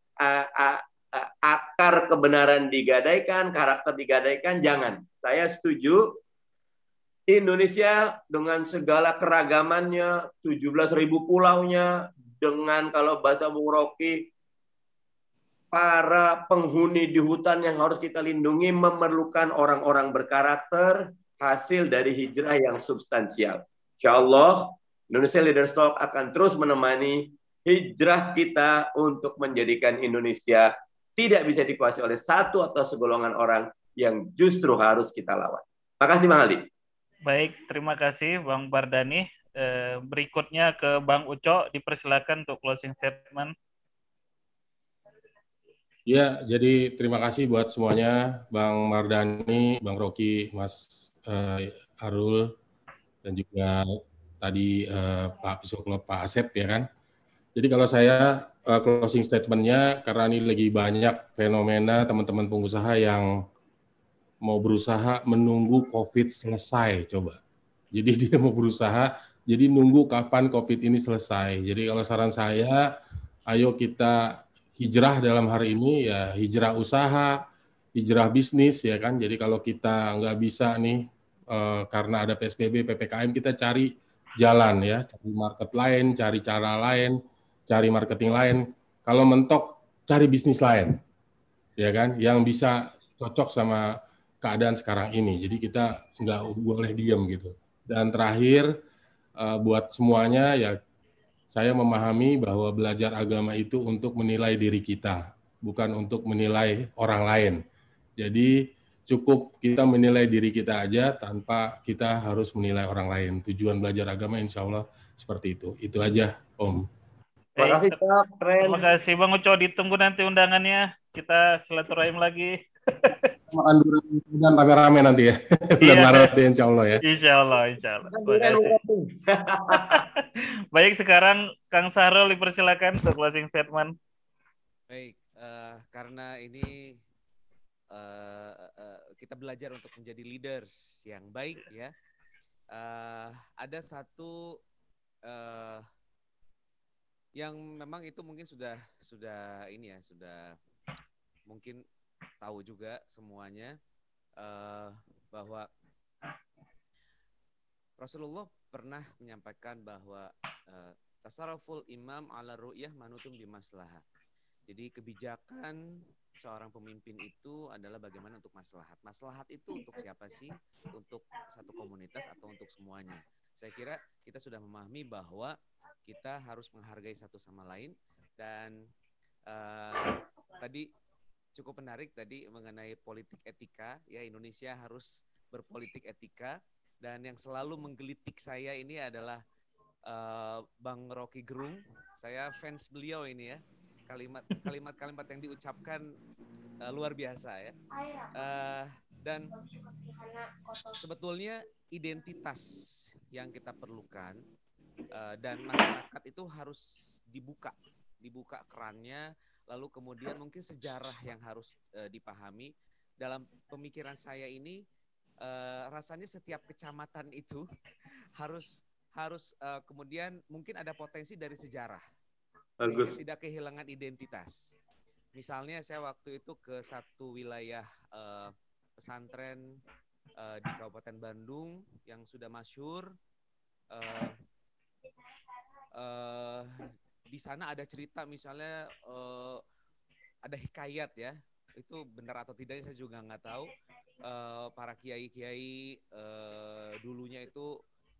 akar kebenaran digadaikan, karakter digadaikan, jangan. Saya setuju. Indonesia dengan segala keragamannya, 17.000 pulaunya, dengan kalau bahasa Bung Rocky, para penghuni di hutan yang harus kita lindungi, memerlukan orang-orang berkarakter, hasil dari hijrah yang substansial. Insya Allah, Indonesia Leaders Talk akan terus menemani hijrah kita untuk menjadikan Indonesia tidak bisa dikuasai oleh satu atau segolongan orang yang justru harus kita lawan. Makasih Bang Aldi. Baik, terima kasih Bang Mardhani. Berikutnya ke Bang Ucok, dipersilakan untuk closing statement. Ya, jadi terima kasih buat semuanya, Bang Mardhani, Bang Rocky, Mas Arul, dan juga tadi Pak Pisuklot, Pak Asep ya kan. Jadi kalau saya closing statement-nya, karena ini lagi banyak fenomena teman-teman pengusaha yang mau berusaha menunggu COVID selesai, coba. Jadi dia mau berusaha, jadi nunggu kapan COVID ini selesai. Jadi kalau saran saya, ayo kita hijrah dalam hari ini, ya hijrah usaha, hijrah bisnis ya kan. Jadi kalau kita nggak bisa nih karena ada PSBB, PPKM, kita cari jalan ya, cari market lain, cari cara lain, cari marketing lain. Kalau mentok, cari bisnis lain, ya kan, yang bisa cocok sama keadaan sekarang ini. Jadi kita nggak boleh diam gitu. Dan terakhir, buat semuanya ya, saya memahami bahwa belajar agama itu untuk menilai diri kita, bukan untuk menilai orang lain. Jadi cukup kita menilai diri kita aja tanpa kita harus menilai orang lain. Tujuan belajar agama insya Allah seperti itu. Itu aja, Om. Terima kasih, Cak. Keren. Terima kasih Bang Uco, ditunggu nanti undangannya. Kita silaturahim lagi. Makan durian dan rame-rame nanti ya. Bulan Maret ya, insya Allah ya. Insya Allah. Terima kasih. Baik, sekarang Kang Sahrul dipersilakan untuk closing statement. Baik, karena ini kita belajar untuk menjadi leaders yang baik ya. Ada satu yang memang itu mungkin sudah ini ya, sudah mungkin tahu juga semuanya, bahwa Rasulullah pernah menyampaikan bahwa tasarruful imam ala ru'yah manutum bimaslahah. Jadi kebijakan seorang pemimpin itu adalah bagaimana untuk maslahat. Maslahat itu untuk siapa sih? Untuk satu komunitas atau untuk semuanya? Saya kira kita sudah memahami bahwa kita harus menghargai satu sama lain. Dan tadi cukup menarik tadi mengenai politik etika. Ya, Indonesia harus berpolitik etika. Dan yang selalu menggelitik saya ini adalah Bang Rocky Gerung. Saya fans beliau ini ya. Kalimat-kalimat yang diucapkan luar biasa ya. Dan sebetulnya identitas yang kita perlukan dan masyarakat itu harus dibuka kerannya, lalu kemudian mungkin sejarah yang harus dipahami. Dalam pemikiran saya ini rasanya setiap kecamatan itu harus kemudian mungkin ada potensi dari sejarah. Sehingga tidak kehilangan identitas. Misalnya saya waktu itu ke satu wilayah pesantren di Kabupaten Bandung yang sudah masyhur. Di sana ada cerita misalnya ada hikayat ya. Itu benar atau tidak saya juga nggak tahu. Para kiai-kiai dulunya itu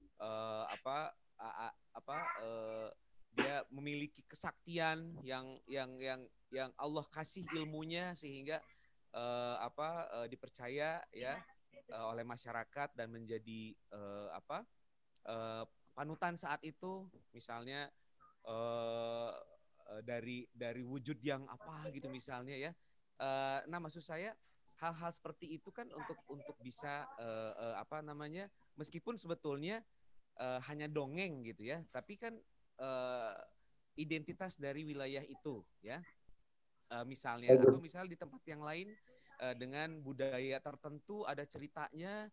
dia memiliki kesaktian yang Allah kasih ilmunya sehingga dipercaya ya oleh masyarakat dan menjadi panutan saat itu, misalnya dari wujud yang apa gitu misalnya ya. Nah maksud saya hal-hal seperti itu kan untuk bisa meskipun sebetulnya hanya dongeng gitu ya, tapi kan identitas dari wilayah itu ya, misalnya atau misalnya di tempat yang lain dengan budaya tertentu ada ceritanya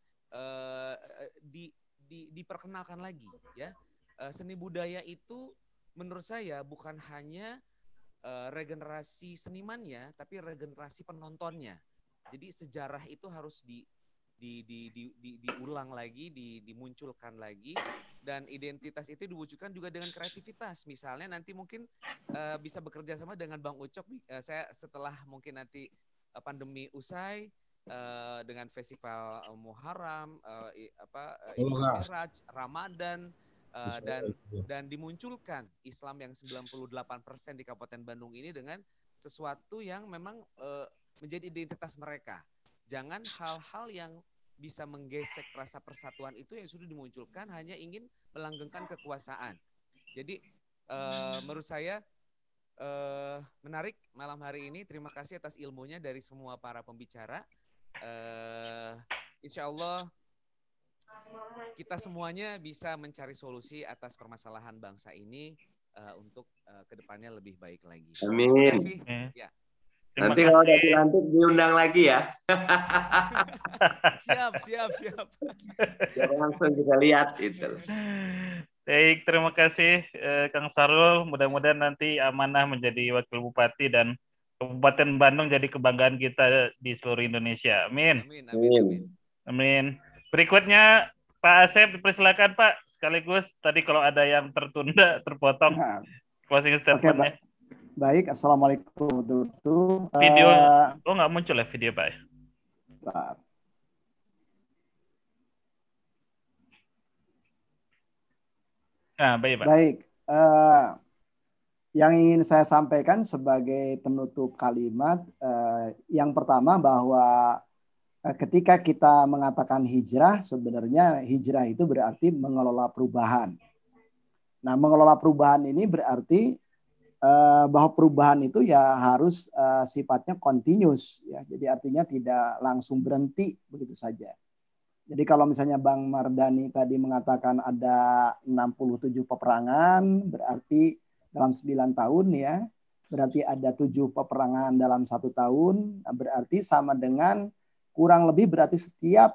diperkenalkan lagi ya. Seni budaya itu menurut saya bukan hanya regenerasi senimannya tapi regenerasi penontonnya. Jadi sejarah itu harus diulang lagi, dimunculkan lagi, dan identitas itu diwujudkan juga dengan kreativitas. Misalnya nanti mungkin bisa bekerja sama dengan Bang Ucok. Saya setelah mungkin nanti pandemi usai dengan festival Muharram, Isra Miraj, Ramadan, dan dimunculkan Islam yang 98% di Kabupaten Bandung ini dengan sesuatu yang memang menjadi identitas mereka. Jangan hal-hal yang bisa menggesek rasa persatuan itu yang sudah dimunculkan hanya ingin melanggengkan kekuasaan. Jadi menurut saya menarik malam hari ini. Terima kasih atas ilmunya dari semua para pembicara. Insya Allah kita semuanya bisa mencari solusi atas permasalahan bangsa ini untuk kedepannya lebih baik lagi. Amin. Terima kasih. Ya. Nanti kalau ada dilantik diundang lagi ya. Siap. Biar langsung kita lihat itu. Baik, terima kasih Kang Sahrul. Mudah-mudahan nanti amanah menjadi wakil bupati dan Kabupaten Bandung jadi kebanggaan kita di seluruh Indonesia. Amin. Amin. Amin. Berikutnya Pak Asep, dipersilakan Pak. Sekaligus tadi kalau ada yang tertunda, terpotong Nah, closing oke, statement-nya. baik. Assalamualaikum warahmatullahi wabarakatuh. Video, oh nggak muncul ya video Pak? Bentar. Nah, baik Pak. Baik. Yang ingin saya sampaikan sebagai penutup kalimat, yang pertama bahwa ketika kita mengatakan hijrah, sebenarnya hijrah itu berarti mengelola perubahan. Nah, mengelola perubahan ini berarti bahwa perubahan itu ya harus sifatnya continuous, ya. Jadi artinya tidak langsung berhenti begitu saja. Jadi kalau misalnya Bang Mardhani tadi mengatakan ada 67 peperangan, berarti dalam 9 tahun ya, berarti ada 7 peperangan dalam 1 tahun, berarti sama dengan kurang lebih berarti setiap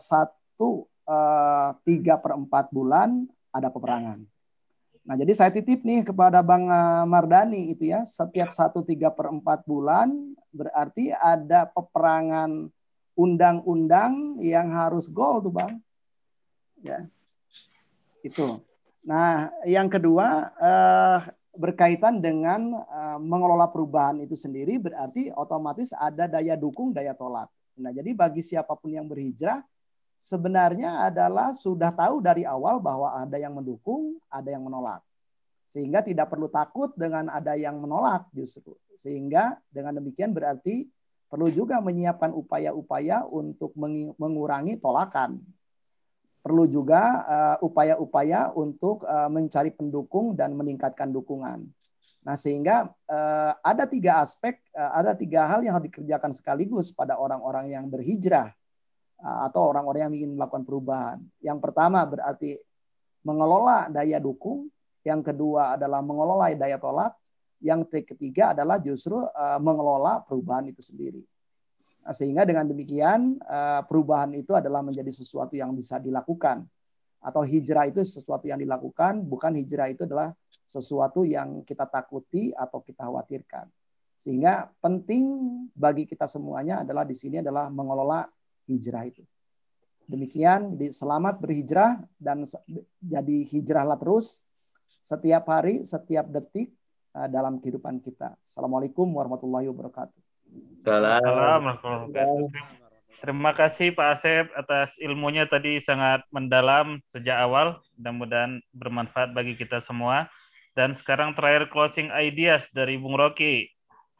3/4 bulan ada peperangan. Nah, jadi saya titip nih kepada Bang Mardhani itu ya, setiap 3/4 bulan berarti ada peperangan undang-undang yang harus goal tuh Bang. Ya. Itu. Nah, yang kedua berkaitan dengan mengelola perubahan itu sendiri berarti otomatis ada daya dukung, daya tolak. Nah, jadi bagi siapapun yang berhijrah sebenarnya adalah sudah tahu dari awal bahwa ada yang mendukung, ada yang menolak. Sehingga tidak perlu takut dengan ada yang menolak justru. Sehingga dengan demikian berarti perlu juga menyiapkan upaya-upaya untuk mengurangi tolakan. Perlu juga upaya-upaya untuk mencari pendukung dan meningkatkan dukungan. Nah, sehingga ada 3 aspek, ada 3 hal yang harus dikerjakan sekaligus pada orang-orang yang berhijrah atau orang-orang yang ingin melakukan perubahan. Yang pertama berarti mengelola daya dukung, yang kedua adalah mengelola daya tolak, yang ketiga adalah justru mengelola perubahan itu sendiri. Nah, sehingga dengan demikian perubahan itu adalah menjadi sesuatu yang bisa dilakukan. Atau hijrah itu sesuatu yang dilakukan, bukan hijrah itu adalah sesuatu yang kita takuti atau kita khawatirkan. Sehingga penting bagi kita semuanya adalah di sini adalah mengelola hijrah itu. Demikian, selamat berhijrah dan jadi hijrahlah terus setiap hari, setiap detik dalam kehidupan kita. Assalamualaikum warahmatullahi wabarakatuh. Assalamualaikum. Terima kasih Pak Asep atas ilmunya tadi sangat mendalam sejak awal. Mudah-mudahan bermanfaat bagi kita semua. Dan sekarang terakhir closing ideas dari Bung Rocky.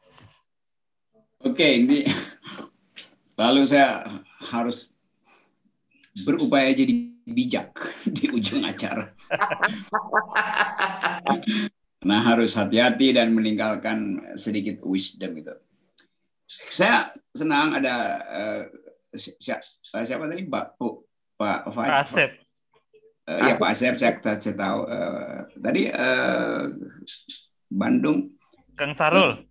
Oke, ini lalu saya harus berupaya jadi bijak di ujung acara. Nah, harus hati-hati dan meninggalkan sedikit wisdom gitu. Saya senang ada siapa tadi Pak Asep. Ya Pak Asep, saya tahu tadi Bandung. Kang Sarul.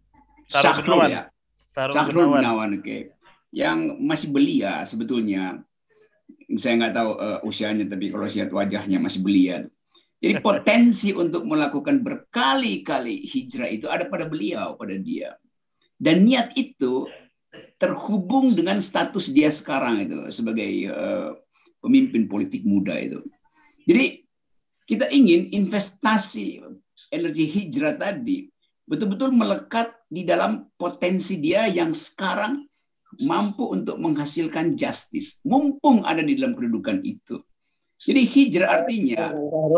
Sahrul Gunawan, oke. Yang masih belia sebetulnya. Saya nggak tahu usianya, tapi kalau lihat wajahnya masih belia. Jadi potensi untuk melakukan berkali-kali hijrah itu ada pada beliau, pada dia. Dan niat itu terhubung dengan status dia sekarang itu sebagai pemimpin politik muda itu. Jadi kita ingin investasi energi hijrah tadi betul-betul melekat di dalam potensi dia yang sekarang mampu untuk menghasilkan justice. Mumpung ada di dalam kedudukan itu. Jadi hijrah artinya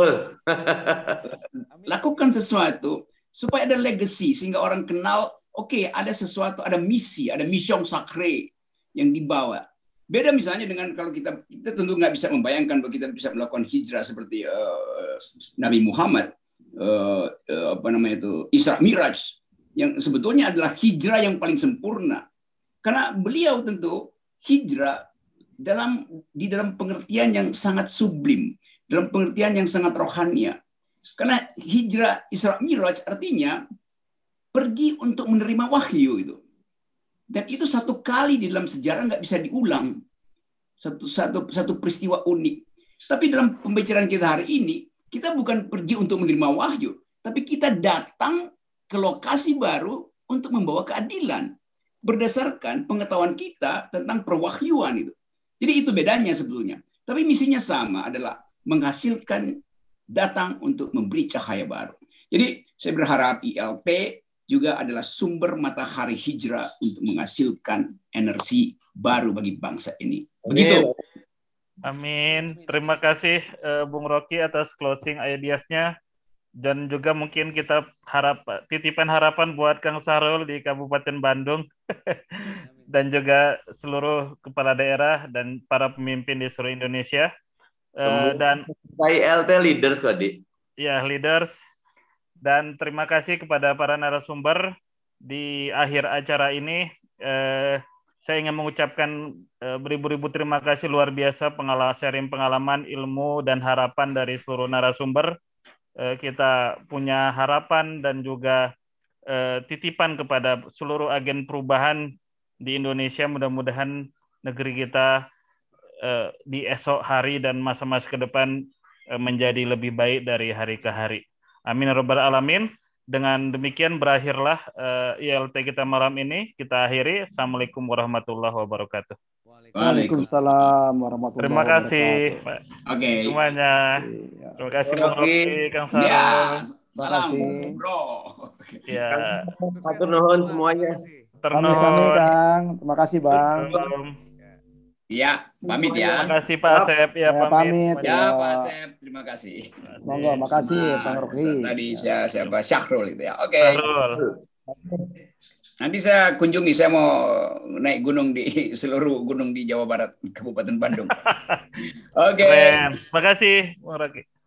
lakukan sesuatu supaya ada legacy sehingga orang kenal, oke, ada sesuatu, ada misi, ada mission sacré yang dibawa. Beda misalnya dengan kalau kita tentu nggak bisa membayangkan bahwa kita bisa melakukan hijrah seperti Nabi Muhammad, Isra Miraj, yang sebetulnya adalah hijrah yang paling sempurna. Karena beliau tentu hijrah di dalam pengertian yang sangat sublim, dalam pengertian yang sangat rohania. Karena hijrah Isra Miraj artinya pergi untuk menerima wahyu itu. Dan itu satu kali di dalam sejarah nggak bisa diulang. Satu peristiwa unik. Tapi dalam pembicaraan kita hari ini, kita bukan pergi untuk menerima wahyu, tapi kita datang ke lokasi baru untuk membawa keadilan berdasarkan pengetahuan kita tentang perwahyuan itu. Jadi itu bedanya sebetulnya. Tapi misinya sama, adalah menghasilkan datang untuk memberi cahaya baru. Jadi saya berharap ILT juga adalah sumber matahari hijrah untuk menghasilkan energi baru bagi bangsa ini. Begitu. Amin. Terima kasih Bung Rocky atas closing ideas-nya. Dan juga mungkin kita titipan harapan buat Kang Sahrul di Kabupaten Bandung dan juga seluruh kepala daerah dan para pemimpin di seluruh Indonesia. Dan ILT leaders tadi. Ya, leaders. Dan terima kasih kepada para narasumber di akhir acara ini. Saya ingin mengucapkan beribu-ribu terima kasih luar biasa sharing pengalaman, ilmu, dan harapan dari seluruh narasumber. Kita punya harapan dan juga titipan kepada seluruh agen perubahan di Indonesia. Mudah-mudahan negeri kita di esok hari dan masa-masa ke depan menjadi lebih baik dari hari ke hari. Amin ya rabbal alamin. Dengan demikian berakhirlah ILT kita malam ini. Kita akhiri. Assalamualaikum warahmatullahi wabarakatuh. Waalaikumsalam warahmatullahi wabarakatuh. Terima kasih Pak. Oke. Semuanya. Terima kasih Bung Rocky, Kang Sahrul. Ya, Terima salam kasih. bro. Ya. Hatur nuhun semuanya. Sami-sami Kang. Terima kasih Bang. Ya, pamit ya. Terima kasih Pak Asep. Ya, pamit. Ya, Pak Asep, terima kasih. Monggo, makasih Bang Rocky. Tadi siapa Syahrul itu ya. Oke. Syahrul. Nanti saya kunjungi, saya mau naik gunung di seluruh gunung di Jawa Barat, Kabupaten Bandung. Oke. Keren. Terima kasih Bung Rocky.